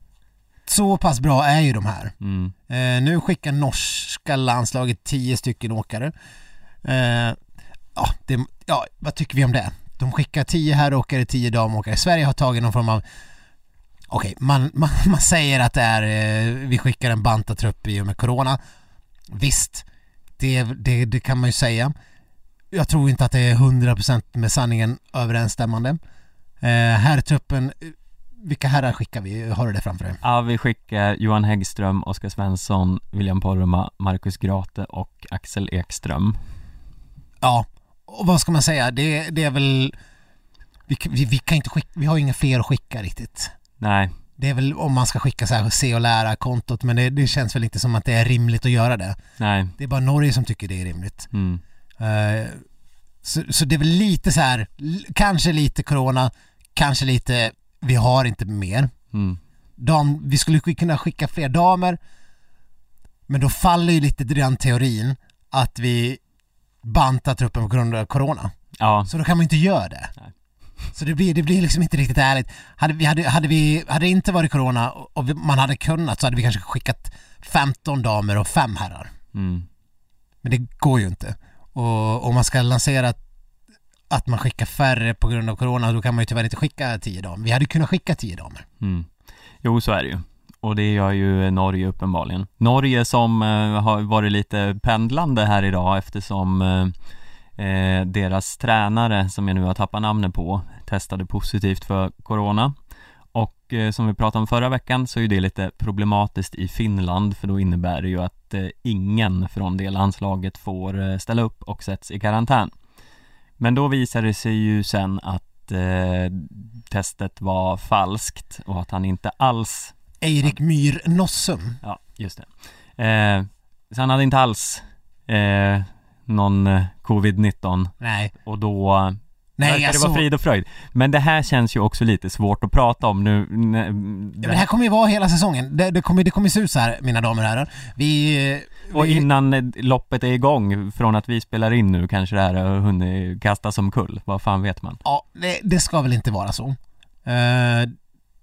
Så pass bra är ju de här. Mm. Eh, nu skickar norska landslaget tio stycken åkare. Eh, ja, det, ja, vad tycker vi om det? De skickar tio herråkare, tio damåkare. Sverige har tagit någon form av... Okej, okay, man, man, man säger att det är... Eh, vi skickar en bantatrupp i och med corona. Visst, det, det, det kan man ju säga. Jag tror inte att det är hundra procent med sanningen överensstämmande. Eh, herrtruppen... Vilka herrar skickar vi? Har du det framför dig? Ja, vi skickar Johan Häggström, Oskar Svensson, William Poromaa, Marcus Grate och Axel Ekström. Ja, och vad ska man säga? Det, det är väl... Vi, vi, vi kan inte skicka... Vi har inga fler att skicka riktigt. Nej. Det är väl om man ska skicka så här se och lära kontot, men det, det känns väl inte som att det är rimligt att göra det. Nej. Det är bara Norge som tycker det är rimligt. Mm. Uh, så, så det är väl lite så här, kanske lite corona, kanske lite... Vi har inte mer. Mm. Dam, vi skulle kunna skicka fler damer, men då faller ju lite den teorin att vi bantar truppen på grund av corona. Ja. Så då kan man inte göra det. Nej. Så det blir, det blir liksom inte riktigt ärligt. Hade, vi, hade, hade, vi, hade det inte varit corona och vi, man hade kunnat, så hade vi kanske skickat femton damer och fem herrar. Mm. Men det går ju inte. Och om man ska lansera att man skickar färre på grund av corona, då kan man ju tyvärr inte skicka tio damer. Vi hade kunnat skicka tio damer. Mm. Jo, så är det ju. Och det gör ju Norge uppenbarligen. Norge som eh, har varit lite pendlande här idag eftersom eh, deras tränare, som jag nu har tappat namnet på, testade positivt för corona. Och eh, som vi pratade om förra veckan så är det lite problematiskt i Finland, för då innebär det ju att eh, ingen från det landslaget får eh, ställa upp och sätts i karantän. Men då visade det sig ju sen att eh, testet var falskt och att han inte alls... Eirik Myhr Nossum. Ja, just det. Eh, så han hade inte alls eh, någon eh, covid nitton. Nej. Och då... Nej, det alltså... var frid och fröjd. Men det här känns ju också lite svårt att prata om nu. Ja, men det här kommer ju vara hela säsongen. Det, det, kommer, det kommer se ut så här, mina damer och herrar. Vi, vi... Och innan loppet är igång, från att vi spelar in nu, kanske det här har hunnit kastas som kull. Vad fan vet man? Ja, det, det ska väl inte vara så. Uh,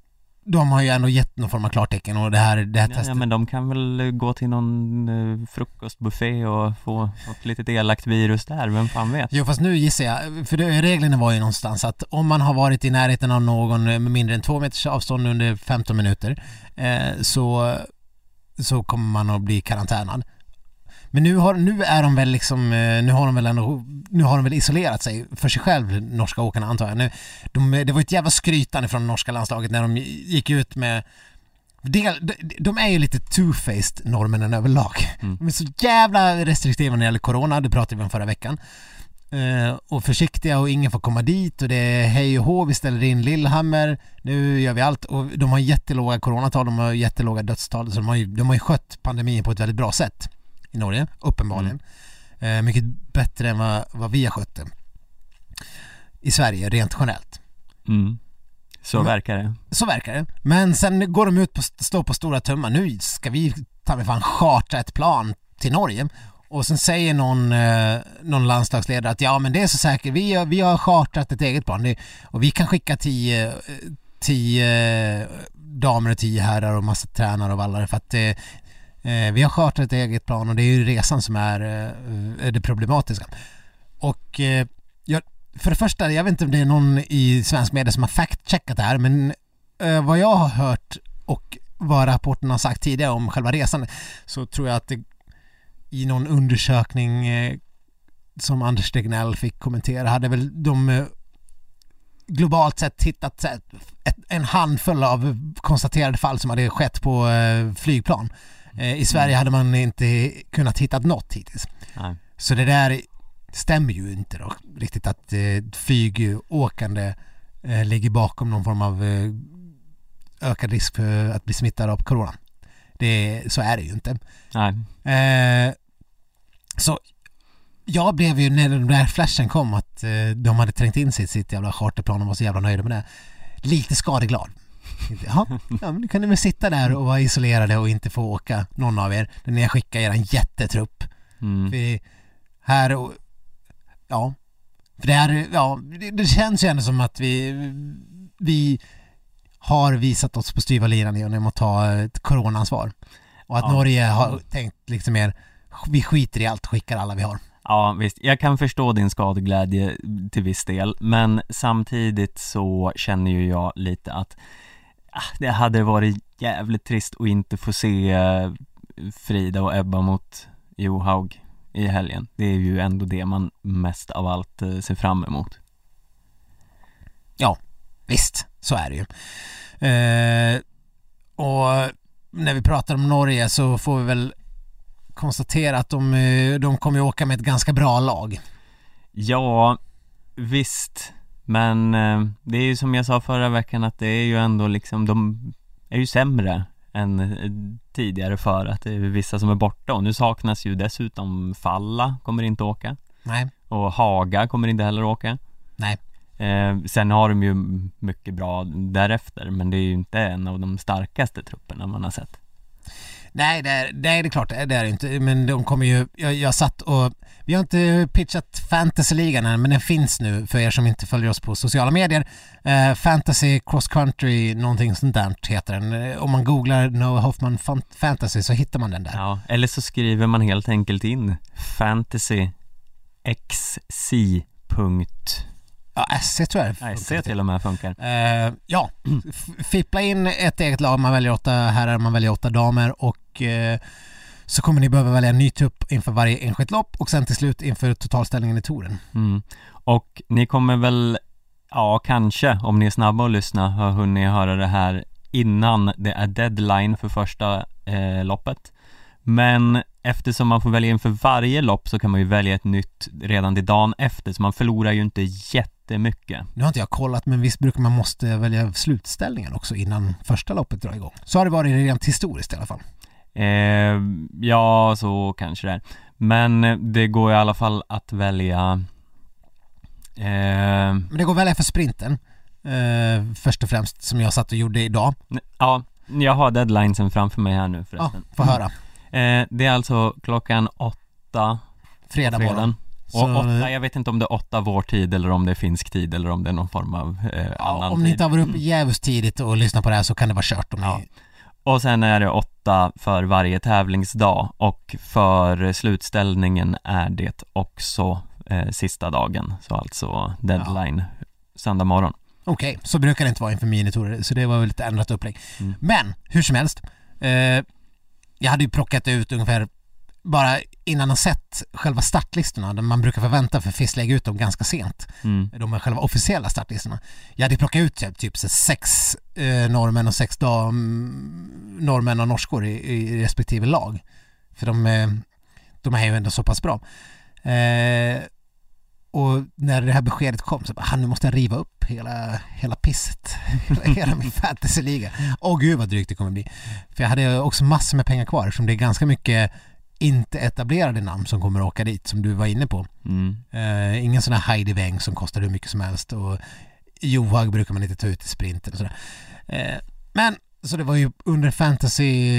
de har ju ändå gett någon form av klartecken och det här, det här ja, testet... Ja, men de kan väl gå till någon uh, frukostbuffé och få något litet elakt virus där, vem fan vet? Jo, fast nu gissar jag, för det, reglerna var ju någonstans att om man har varit i närheten av någon med mindre än två meters avstånd under femton minuter eh, så, så kommer man att bli karantänad. Men nu, har, nu är de väl liksom, nu har de väl ändå, nu har de väl isolerat sig för sig själv, norska åkarna, antar jag. Nu, de, det var ett jävla skrytande från norska landslaget när de gick ut med del, de, de är ju lite two-faced norrmännen överlag. Mm. De är så jävla restriktiva när det gäller corona, det pratade vi om förra veckan. Uh, och försiktiga och ingen får komma dit och det är hej och hå, vi ställer in Lillehammer, nu gör vi allt och de har jättelåga coronatal, de har jättelåga dödstal, så de har ju, de har ju skött pandemin på ett väldigt bra sätt i Norge, uppenbarligen. Mm. Uh, mycket bättre än vad, vad vi har skött det i Sverige, rent generellt. Mm. Så Men, verkar det. Så verkar det. Men sen går de ut på stå på stora tummar, nu ska vi ta med fan charta ett plan till Norge. Och sen säger någon, eh, någon landslagsledare att ja men det är så säkert, vi har, vi har chartat ett eget plan det, och vi kan skicka tio, tio damer och tio herrar och massa tränare och vallare för att eh, vi har chartat ett eget plan och det är ju resan som är, eh, är det problematiska. Och eh, jag, för det första, jag vet inte om det är någon i svensk media som har fact-checkat det här, men eh, vad jag har hört och vad rapporten har sagt tidigare om själva resan, så tror jag att det i någon undersökning eh, som Anders Tegnell fick kommentera hade väl de eh, globalt sett hittat ett, ett, en handfull av konstaterade fall som hade skett på eh, flygplan. Eh, I Sverige hade man inte kunnat hitta något hittills. Nej. Så det där stämmer ju inte då riktigt att eh, flygåkande eh, ligger bakom någon form av eh, ökad risk för att bli smittad av corona. Det, så är det ju inte. Nej. Eh, så jag blev ju, när den där flashen kom att eh, de hade trängt in sig i sitt jävla charterplan och var så jävla nöjda med det, lite skadeglad. Ja, ja, men nu kan ni väl sitta där och vara isolerade och inte få åka någon av er när jag skickar er en jättetrupp. Mm. För här och, ja, för det här, ja, det, det känns ju ändå som att vi vi har visat oss på styva linan genom att ta ett coronaansvar. Och att ja. Norge har tänkt liksom mer, vi skiter i allt, skickar alla vi har. Ja, visst. Jag kan förstå din skadeglädje till viss del, men samtidigt så känner ju jag lite att ah, det hade varit jävligt trist att inte få se Frida och Ebba mot Johaug i helgen. Det är ju ändå det man mest av allt ser fram emot. Ja, visst, så är det ju. Eh, och när vi pratar om Norge så får vi väl konstatera att de, de kommer åka med ett ganska bra lag. Ja, visst. Men eh, det är ju som jag sa förra veckan att det är ju ändå liksom, de är ju sämre än eh, tidigare för att det är vissa som är borta. Och nu saknas ju dessutom Falla, kommer inte åka. Nej. Och Haga kommer inte heller åka. Nej. Eh, sen har de ju mycket bra därefter, men det är ju inte en av de starkaste trupperna man har sett. Nej, det är, det är det klart, det är det inte. Men de kommer ju, jag, jag satt och, vi har inte pitchat Fantasy-ligan än, men den finns nu för er som inte följer oss på sociala medier. Eh, Fantasy Cross Country, någonting sånt där heter den. Om man googlar Noah Hoffman Fantasy så hittar man den där. Ja, eller så skriver man helt enkelt in Fantasy X C. Ja, S C tror jag. Ja, S C till och med funkar. Uh, ja, F- fippla in ett eget lag, man väljer åtta herrar, man väljer åtta damer och uh, så kommer ni behöva välja en ny trupp inför varje enskilt lopp och sen till slut inför totalställningen i touren. Mm. Och ni kommer väl, ja kanske, om ni är snabba att lyssna, har hunnit höra det här innan det är deadline för första eh, loppet. Men eftersom man får välja inför varje lopp så kan man ju välja ett nytt redan till dagen efter, så man förlorar ju inte jättemycket. Nu har inte jag kollat, men visst brukar man måste välja slutställningen också innan första loppet drar igång. Så har det varit rent historiskt i alla fall. Eh, ja, så kanske det är. Men det går i alla fall att välja... Eh... Men det går att välja för sprinten. Eh, först och främst, som jag satt och gjorde idag. Ja, jag har deadlinesen framför mig här nu förresten. Ja, få höra. Eh, det är alltså klockan åtta fredag morgon. Och så... åtta, jag vet inte om det är åtta vår tid eller om det är finsk tid eller om det är någon form av eh, ja, annan om ni inte har varit uppe jävligt tidigt och lyssnat på det här så kan det vara kört om ja. ni... Och sen är det åtta för varje tävlingsdag och för slutställningen är det också eh, sista dagen, så alltså deadline ja. Söndag morgon. Okej, okay, så brukar det inte vara inför minitorer, så det var väl lite ändrat upplägg. Mm. Men, hur som helst, eh, jag hade ju plockat ut ungefär bara innan man sett själva startlistorna, där man brukar förvänta för F I S lägga ut dem ganska sent. Mm. De är själva officiella startlistorna. Jag hade plockat ut typ, typ sex eh, norrmän och sex dam, norrmän och norskor i, i respektive lag. För de, eh, de är ju ändå så pass bra. Eh, och när det här beskedet kom så bara, han nu måste jag riva upp hela, hela pisset. hela min fantasyliga. Åh gud vad drygt det kommer bli. För jag hade också massor med pengar kvar som det är ganska mycket inte etablerade namn som kommer att åka dit som du var inne på. Mm. Eh, ingen sån här Heidi Weng som kostar hur mycket som helst och Johaug brukar man inte ta ut i sprinten och sådär. Eh, men så det var ju under fantasy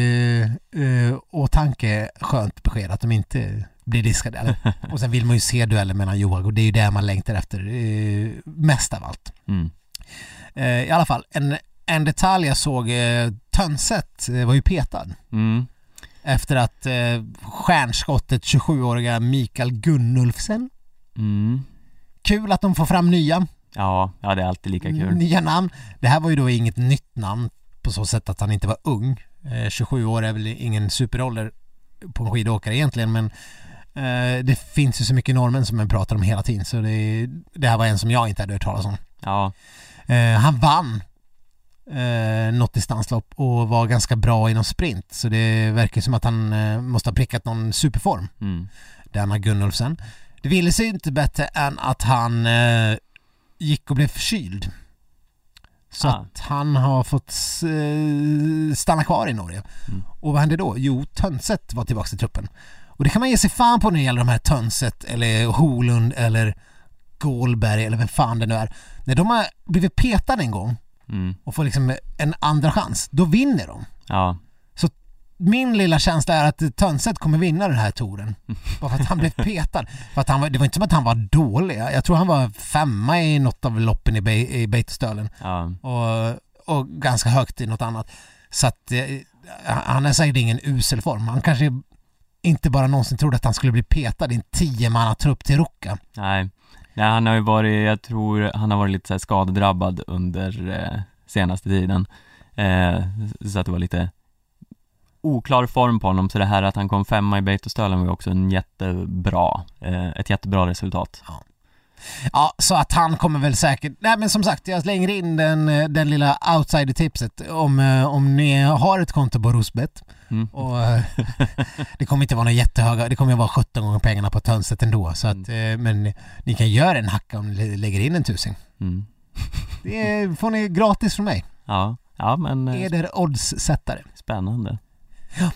eh, och tanke skönt besked att de inte blir diskade. Eller? Och sen vill man ju se dueller mellan Johaug och det är ju det man längtar efter eh, mest av allt. Mm. Eh, I alla fall, en, en detalj jag såg, eh, Tönset eh, var ju petad. Mm. Efter att eh, stjärnskottet tjugosjuåriga Mikael Gunnulfsen. Mm. Kul att de får fram nya. Ja, ja, det är alltid lika kul. Nya namn. Det här var ju då inget nytt namn på så sätt att han inte var ung. Eh, tjugosju år är väl ingen superålder på en skidåkare egentligen, men eh, det finns ju så mycket norrmän som man pratar om hela tiden, så det, det här var en som jag inte hade hört talas om. Ja. Eh, han vann eh, något distanslopp och var ganska bra inom sprint, så det verkar som att han eh, måste ha prickat någon superform. Mm. Denna Gunnulfsen. Det ville sig inte bättre än att han eh, gick och blev förkyld. Så ah. att han har fått eh, stanna kvar i Norge. Mm. Och vad hände då? Jo, Tönset var tillbaka till truppen. Och det kan man ge sig fan på när det gäller de här Tönset eller Holund eller Gålberg eller vem fan det nu är. När de har blivit petade en gång mm. och får liksom en andra chans, då vinner de. Ja. Så min lilla känsla är att Tönset kommer vinna den här touren. Bara för att han blev petad. För att han var, det var inte som att han var dålig. Jag tror han var femma i något av loppen i, Be- i Beitostölen. Ja. Och, och ganska högt i något annat. Så att eh, han är säkert ingen usel form. Han kanske inte bara någonsin trodde att han skulle bli petad i en tio-manna-trupp till Ruka. Nej. Nej, han har ju varit, jag tror han har varit lite så här skadedrabbad under eh, senaste tiden. Eh, så att det var lite oklar form på honom, så det här att han kom femma i Beitostölen var också en jättebra eh, ett jättebra resultat. Ja. Ja, så att han kommer väl säkert... Nej, men som sagt, jag slänger in den, den lilla outsider-tipset om, om ni har ett konto på Rosbet. Mm. Och det kommer inte vara några jättehöga, det kommer vara sjutton gånger pengarna på Tönset ändå, så att, mm. men ni kan göra en hacka om ni lägger in en tusing. Mm. Det får ni gratis från mig. Ja, ja men... Eder odds-sättare. Spännande. Ja.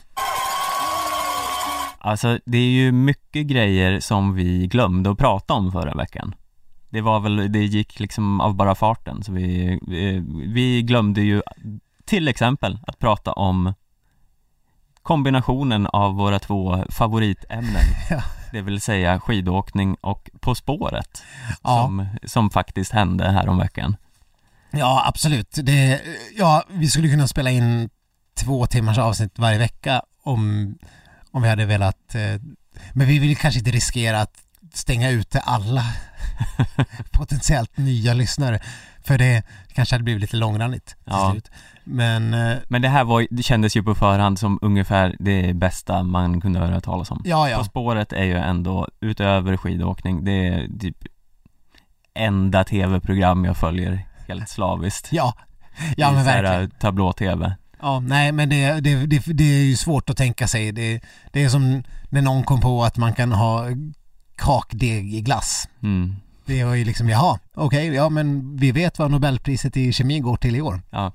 Alltså, det är ju mycket grejer som vi glömde att prata om förra veckan. Det var väl, det gick liksom av bara farten, så vi, vi, vi glömde ju till exempel att prata om kombinationen av våra två favoritämnen. Ja. Det vill säga skidåkning och På spåret, ja. som, som faktiskt hände här om veckan. Ja, absolut. Det, ja, vi skulle kunna spela in två timmars avsnitt varje vecka om, om vi hade velat. Eh, men vi vill kanske inte riskera att stänga ute alla potentiellt nya lyssnare. För det kanske hade blivit lite långrandigt till ja. slut. Men, eh, Men det här var, det kändes ju på förhand som ungefär det bästa man kunde höra talas om. Ja, ja. På spåret är ju ändå, utöver skidåkning, det är typ enda tv-program jag följer helt slaviskt. Ja, ja men verkligen. Tablå-tv. Ja, nej, men det, det, det, det är ju svårt att tänka sig. Det, det är som när någon kom på att man kan ha kakdeg i glass. Mm. Det var ju liksom, jaha, okej, okay, ja men vi vet vad Nobelpriset i kemi går till i år. Ja.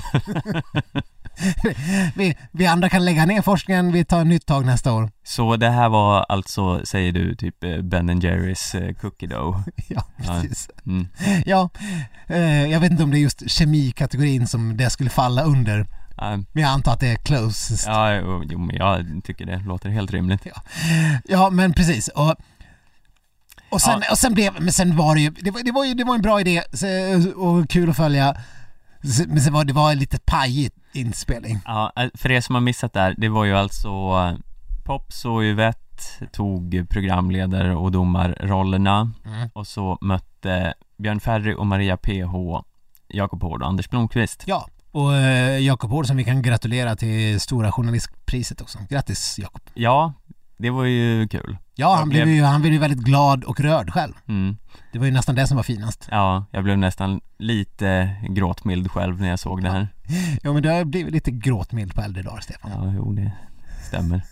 vi, vi andra kan lägga ner forskningen, vi tar ett nytt tag nästa år. Så det här var alltså, säger du, typ Ben and Jerrys cookie dough? Ja, precis. Ja, mm. ja eh, jag vet inte om det är just kemikategorin som det skulle falla under. Um, men jag antar att det är closest. Ja, jo, men jag tycker det låter helt rimligt. Ja, ja men precis. Och Och sen, ja. och sen blev, men sen var det ju, det var, det var ju, det var en bra idé och kul att följa, men sen var det var lite pajigt inspelning. Ja, för er som har missat där, det var ju alltså Pops och Yvette tog programledare och domarrollerna mm. och så mötte Björn Ferry och Maria P H Jakob Hård och Anders Blomqvist. Ja, och eh, Jakob Hård som vi kan gratulera till Stora journalistpriset också. Grattis Jakob. Ja, det var ju kul. Ja, han blev, ju, han blev ju väldigt glad och rörd själv. Mm. Det var ju nästan det som var finast. Ja, jag blev nästan lite gråtmild själv när jag såg det här. Ja, men du har blivit lite gråtmild på äldre dagar, Stefan. Ja, jo, det stämmer.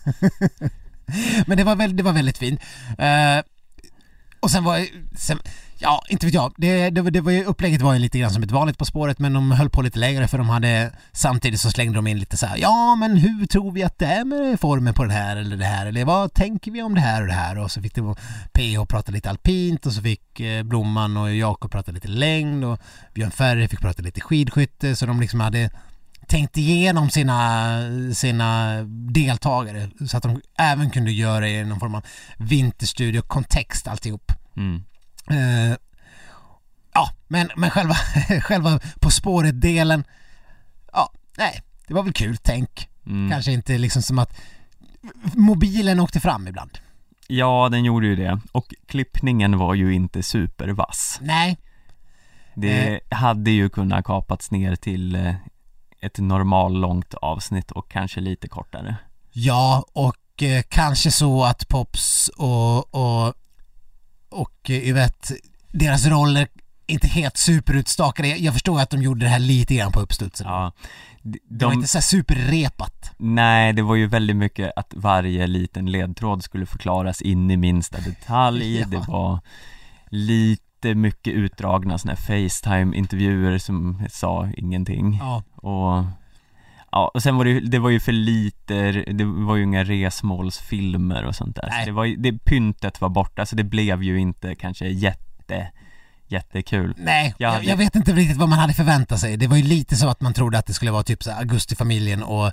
Men det var, väl, det var väldigt fint. Uh, och sen var sen, ja, inte vet jag. Det, det, det var ju, upplägget var ju lite grann som ett vanligt På spåret, men de höll på lite längre för de hade, samtidigt så slängde de in lite så här: ja, men hur tror vi att det är med formen på det här eller det här, eller vad tänker vi om det här och det här? Och så fick det P H prata lite alpint, och så fick eh, Blomman och Jakob prata lite längd, och Björn Ferry fick prata lite skidskytte, så de liksom hade tänkt igenom sina, sina deltagare så att de även kunde göra i någon form av vinterstudio kontext alltihop. Mm. Uh, ja, men, men själva, själva På spåret-delen, ja, nej, det var väl kul, tänk. Mm. Kanske inte liksom som att mobilen åkte fram ibland. Ja, den gjorde ju det. Och klippningen var ju inte supervass. Nej. Det eh. hade ju kunnat kapats ner till eh, ett normal långt avsnitt och kanske lite kortare. Ja, och eh, kanske så att Pops och och, och Yvette, deras roller inte helt superutstakade. Jag förstår att de gjorde det här lite grann på uppstudsen. Ja, de, det var inte så här superrepat. Nej, det var ju väldigt mycket att varje liten ledtråd skulle förklaras in i minsta detalj. Ja. Det var lite mycket utdragna såna här FaceTime-intervjuer som sa ingenting. Ja. Och ja, och sen var det ju, det var ju för lite, det var ju inga resmålsfilmer och sånt där. Så det var ju, det pyntet var borta, så det blev ju inte kanske jätte jättekul. Nej, jag, jag, jag vet inte riktigt vad man hade förväntat sig. Det var ju lite så att man trodde att det skulle vara typ så här Augustifamiljen och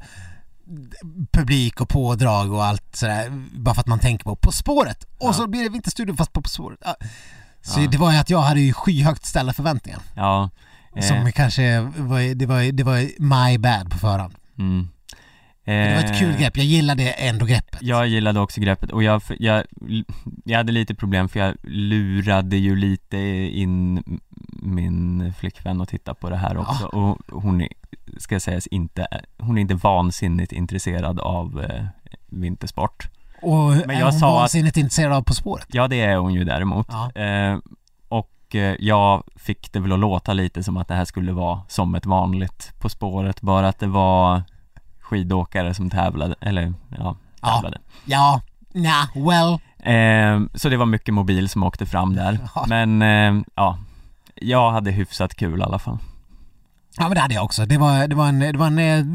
publik och pådrag och allt sådär, bara för att man tänker på På spåret. Och ja. Så blir det inte studio fast på På spåret. Ja. Så ja. Det var ju att jag hade ju skyhögt ställa förväntningar. Ja. Som eh. kanske var, det var det var my bad på förhand. Mm. Eh. Det var ett kul grepp. Jag gillade ändå greppet. Jag gillade också greppet, och jag, jag, jag hade lite problem för jag lurade ju lite in min flickvän att titta på det här också. Ja. Och hon är, ska sägas, inte, hon är inte vansinnigt intresserad av eh, vintersport. Och men är jag hon sa vansinnigt att, intresserad av På spåret? Ja, det är hon ju däremot. Ja. Eh, och eh, jag fick det väl att låta lite som att det här skulle vara som ett vanligt På spåret, bara att det var skidåkare som tävlade, eller ja, tävlade. Ja, ja, nah, well. Eh, så det var mycket mobil som åkte fram där. Ja. Men eh, ja, jag hade hyfsat kul i alla fall. Ja, men det hade jag också. Det var, det var en, det var en eh,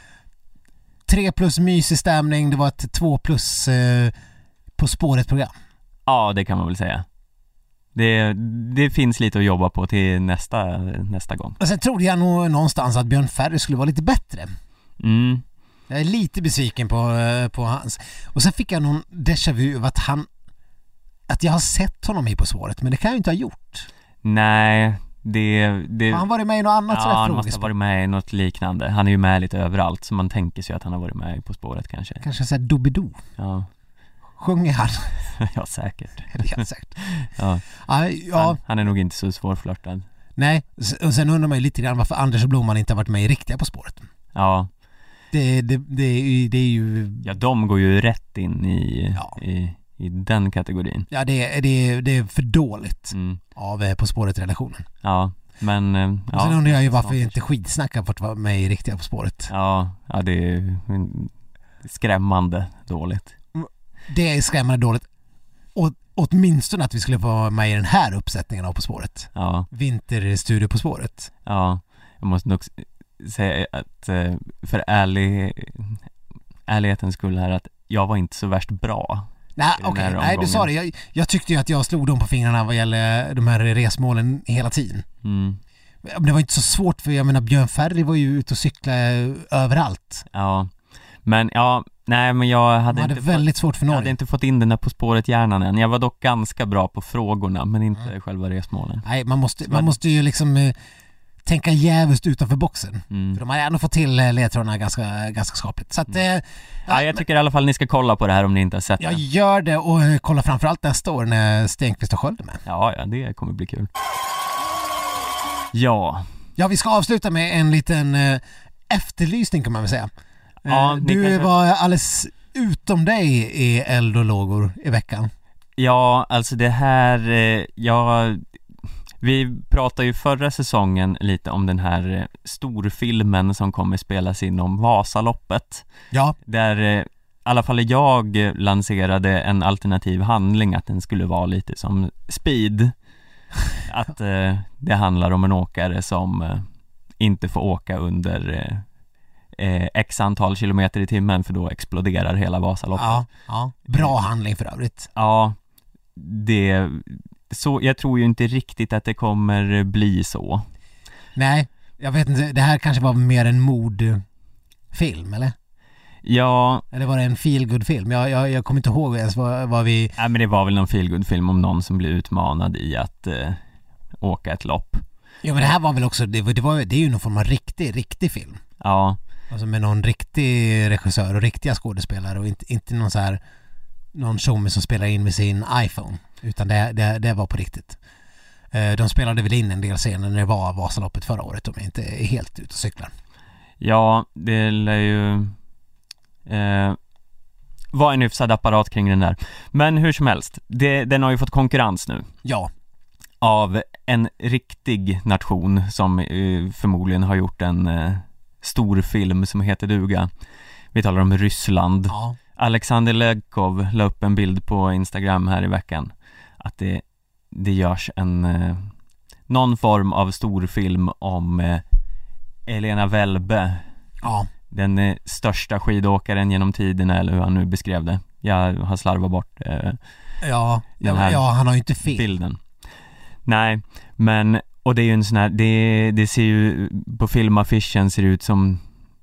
tre plus mysig stämning. Det var ett två plus eh, På spåret-program. Ja, det kan man väl säga. Det, det finns lite att jobba på till nästa, nästa gång. Och sen trodde jag nog någonstans att Björn Ferry skulle vara lite bättre. Mm. Jag är lite besviken på, på hans. Och sen fick jag någon déjà vu av att han, att jag har sett honom i På spåret, men det kan jag ju inte ha gjort. Nej, det... det har han varit med i något annat? Ja, han måste ha varit med i något liknande. Han är ju med lite överallt, så man tänker sig att han har varit med i På spåret kanske. Kanske såhär Doobidoo. Ja. Sjunger han? Ja, säkert. Det är säkert. Ja. Ja, ja. Han, han är nog inte så svårflörtad. Nej, och sen undrar man ju lite grann varför Anders och Blomman inte har varit med i riktiga På spåret. Ja. Det, det, det, är ju, det är ju... Ja, de går ju rätt in i, ja. i, i den kategorin. Ja, det, det, det är för dåligt mm. av På spåret-relationen. Ja, men... Ja, och sen undrar jag ju varför inte Skidsnack har fått vara med i riktiga På spåret. Ja, ja det är skrämmande dåligt. Det är skrämmande dåligt. Och åtminstone att vi skulle få vara med i den här uppsättningen av På spåret. Ja. Vinterstudio På spåret. Ja, jag måste nog säga att för ärlig, ärlighetens skull här, att jag var inte så värst bra. Nej, okej, okay. Nej, du sa det. Jag, jag tyckte ju att jag slog dem på fingrarna vad gäller de här resmålen hela tiden. Mm. Men det var inte så svårt, för jag menar Björn Ferry var ju ute och cykla överallt. Ja, men ja, nej, men jag hade, hade inte väldigt fått, svårt för Norge. Jag hade inte fått in den där På spåret hjärnan än. Jag var dock ganska bra på frågorna, men inte mm. själva resmålen. Nej, man måste, man måste ju liksom eh, tänka jävligt utanför boxen. Mm. För de har ändå fått till ledtrådarna ganska, ganska skapligt. Så att, eh, ja, ja, jag tycker i alla fall ni ska kolla på det här om ni inte har sett det. Jag gör det, och eh, kolla framförallt nästa år när Stenqvist och Sköld är med. Ja, ja, det kommer bli kul. Ja. Ja, vi ska avsluta med en liten eh, efterlysning kan man väl säga. Ja, du kanske... var alldeles utom dig är eld och lågor i veckan? Ja, alltså det här, eh, ja, vi pratade ju förra säsongen lite om den här eh, storfilmen som kommer spelas in om Vasaloppet. Ja. Där eh, i alla fall jag lanserade en alternativ handling, att den skulle vara lite som Speed. Att eh, det handlar om en åkare som eh, inte får åka under eh, eh, x antal kilometer i timmen, för då exploderar hela Vasaloppet. Ja, ja. Bra handling för övrigt. Ja, det så jag tror ju inte riktigt att det kommer bli så. Nej, jag vet inte, det här kanske var mer en mordfilm, eller? Ja. Eller var det en feelgood-film? Jag, jag, jag kommer inte ihåg ens vad, vad vi... Nej, men det var väl någon feelgood-film om någon som blir utmanad i att eh, åka ett lopp. Ja, men det här var väl också, det, var, det, var, det är ju någon form av riktig, riktig film. Ja. Alltså med någon riktig regissör och riktiga skådespelare och inte, inte någon så här, någon tjomme som spelar in med sin iPhone, utan det, det, det var på riktigt. De spelade väl in en del scener när det var Vasaloppet förra året, om jag inte är helt ute och cyklar. Ja, det lär ju eh, vara en hyfsad apparat kring den där. Men hur som helst, det, den har ju fått konkurrens nu. Ja. Av en riktig nation som eh, förmodligen har gjort en eh, stor film som heter duga. Vi talar om Ryssland. Ja. Alexander Legkov la upp en bild på Instagram här i veckan att det, det görs en eh, någon form av storfilm om eh, Elena Välbe. Ja. Den eh, största skidåkaren genom tiderna, eller hur han nu beskrev det. Jag har slarvat bort eh, ja, den här ja, han har ju inte fel. Bilden. Nej, men och det är ju en sån här, det, det ser ju på filmaffischen ser det ut som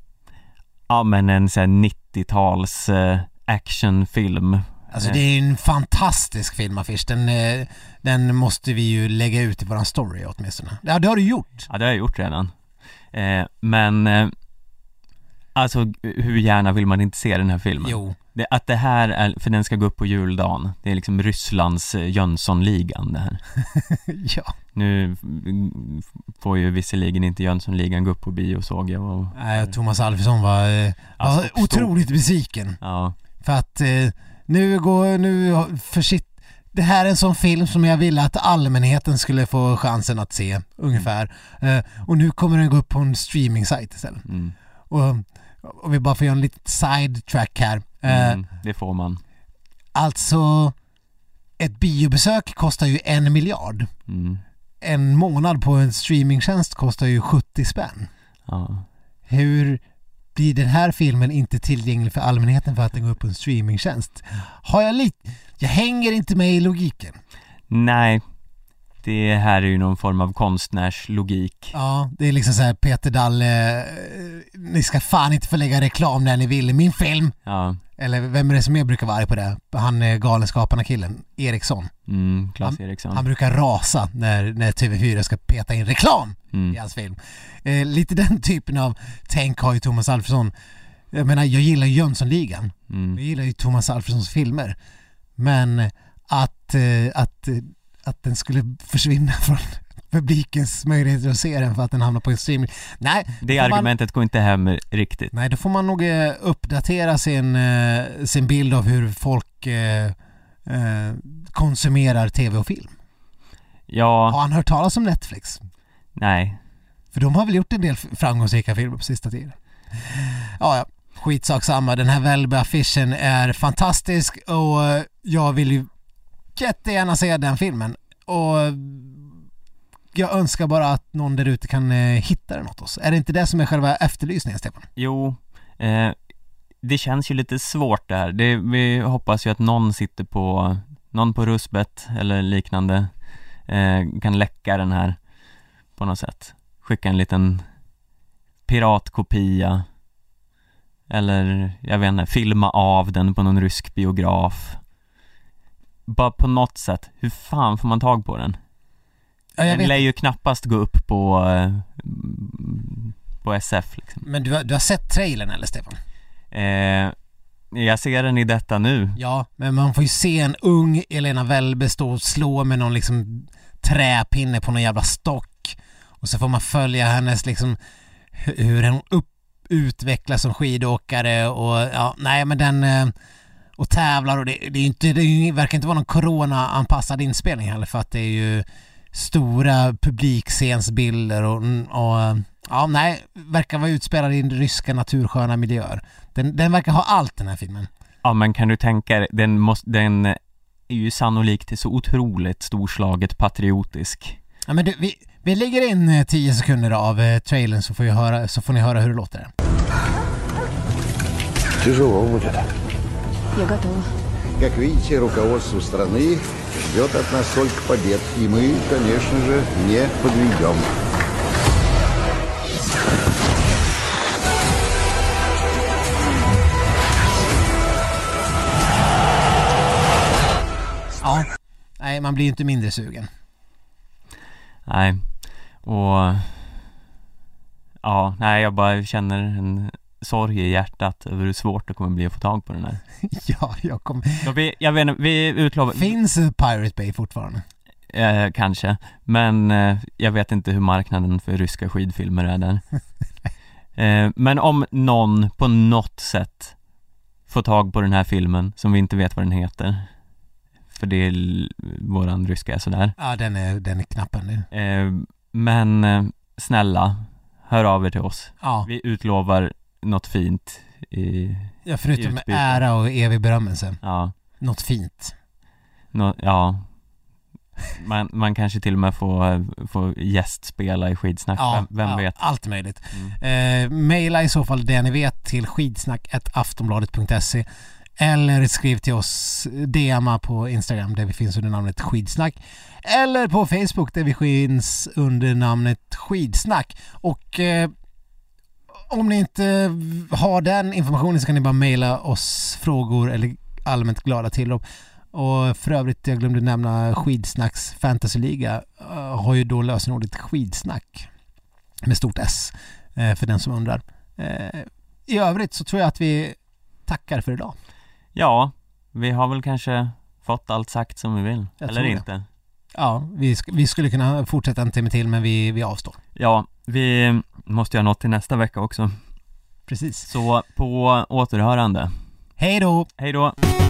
ja, men en sån här nittio-tals eh, actionfilm. Alltså det är en fantastisk filmaffisch. Den, eh, den måste vi ju lägga ut i våran story åtminstone. Ja, det har du gjort. Ja, det har jag gjort redan. Eh, men eh, alltså hur gärna vill man inte se den här filmen? Jo. Det, att det här är, för den ska gå upp på juldagen. Det är liksom Rysslands Jönssonligan det här. Ja. Nu får ju visserligen inte Jönssonligan gå upp på bio, såg jag. Och, Nej, Thomas Alfredsson var, eh, var ja, otroligt besviken. Ja. För att eh, nu går, nu för sitt, det här är en sån film som jag ville att allmänheten skulle få chansen att se, ungefär. Eh, och nu kommer den gå upp på en streaming-sajt istället. Mm. Och, och vi bara får göra en liten sidetrack här. Mm, eh, det får man. Alltså, ett biobesök kostar ju en miljard. Mm. En månad på en streamingtjänst kostar ju sjuttio spänn. Ja. Hur blir den här filmen inte tillgänglig för allmänheten för att den går upp på en streamingtjänst? Har jag lite... Jag hänger inte med i logiken. Nej, det här är ju någon form av konstnärslogik. Ja, det är liksom så här, Peter Dalle, ni ska fan inte få lägga reklam när ni vill i min film. Ja. Eller vem är det som jag brukar vara arg på det? Han är galenskaparna killen, Eriksson. Mm, Claes han, Eriksson. Han brukar rasa när, när T V fyra ska peta in reklam mm. i hans film. Eh, lite den typen av tänk har ju Thomas Alfredsson. Jag menar, jag gillar ju Jönssonligan. Mm. Jag gillar ju Thomas Alfredssons filmer. Men att, eh, att, att den skulle försvinna från publikens möjligheter att se den för att den hamnar på en streaming. Nej, det argumentet man, går inte hem riktigt. Nej, då får man nog eh, uppdatera sin, eh, sin bild av hur folk eh, eh, konsumerar tv och film. Ja. Har han hört talas om Netflix? Nej. För de har väl gjort en del framgångsrika filmer på sista tiden. Ja, ja. Skitsak samma. Den här Välbe-affischen är fantastisk och jag vill ju jättegärna se den filmen. Och jag önskar bara att någon där ute kan eh, hitta den åt oss. Är det inte det som är själva efterlysningen, Stefan? Jo, eh, det känns ju lite svårt det här. Det, vi hoppas ju att någon sitter på någon på Rusbet eller liknande eh, kan läcka den här på något sätt. Skicka en liten piratkopia eller jag vet inte, filma av den på någon rysk biograf. Bara på något sätt. Hur fan får man tag på den? Ja, den lär ju knappast gå upp på på S F liksom. Men du har, du har sett trailern eller Stefan? Eh, jag ser den i detta nu. Ja, men man får ju se en ung Elena Välbe stå och slå med någon liksom träpinne på någon jävla stock. Och så får man följa hennes liksom hur hon upp, utvecklas som skidåkare och ja, nej men den eh, och tävlar och det, det är inte det verkar inte vara någon corona-anpassad inspelning heller, för att det är ju stora publikscensbilder och, och ja, nej, verkar vara utspelad i ryska natursköna miljöer. Den, den verkar ha allt, den här filmen. Ja, men kan du tänka dig, den, måste, den är ju sannolikt så otroligt storslaget patriotisk. Ja, men du, vi, vi lägger in tio sekunder av eh, trailern så får, vi höra, så får ni höra hur det låter. Тяжело будет. Я готова. Как видите, руководство страны ждет от нас только побед. И мы, конечно же, не подведем. Ja, nej, man blir inte mindre sugen. Nej, och ja, nej, jag bara känner en sorg i hjärtat över hur svårt det kommer bli att få tag på den här. Ja, jag kommer... Ja, vi, jag vet inte, vi utlovar... Finns Pirate Bay fortfarande? Eh, kanske, men eh, jag vet inte hur marknaden för ryska skidfilmer är där. eh, men om någon på något sätt får tag på den här filmen som vi inte vet vad den heter, för det är våran ryska är sådär. Ja, den är, den är knappen nu. Eh, men eh, snälla, hör av er till oss. Ja. Vi utlovar något fint i, Ja, förutom i utbyte. ära och evig berömmelse. Ja. Något fint. Nå, ja. Man, man kanske till och med får, får gästspela i Skidsnack. Ja, vem vem ja, vet? allt möjligt. Mm. Eh, maila i så fall det ni vet till skidsnack snabel-a aftonbladet punkt se eller skriv till oss D M på Instagram där vi finns under namnet Skidsnack, eller på Facebook där vi finns under namnet Skidsnack. Och eh, om ni inte har den informationen så kan ni bara mejla oss frågor eller allmänt glada tillrop. Och för övrigt, jag glömde nämna Skidsnacks fantasyliga uh, har ju då lösenordet Skidsnack med stort S uh, för den som undrar. Uh, I övrigt så tror jag att vi tackar för idag. Ja, vi har väl kanske fått allt sagt som vi vill. Jag eller tror inte. Det. Ja, vi, sk- vi skulle kunna fortsätta en timme till, men vi, vi avstår. Ja, vi måste göra något till nästa vecka också. Precis. Så på återhörande. Hej då! Hej då!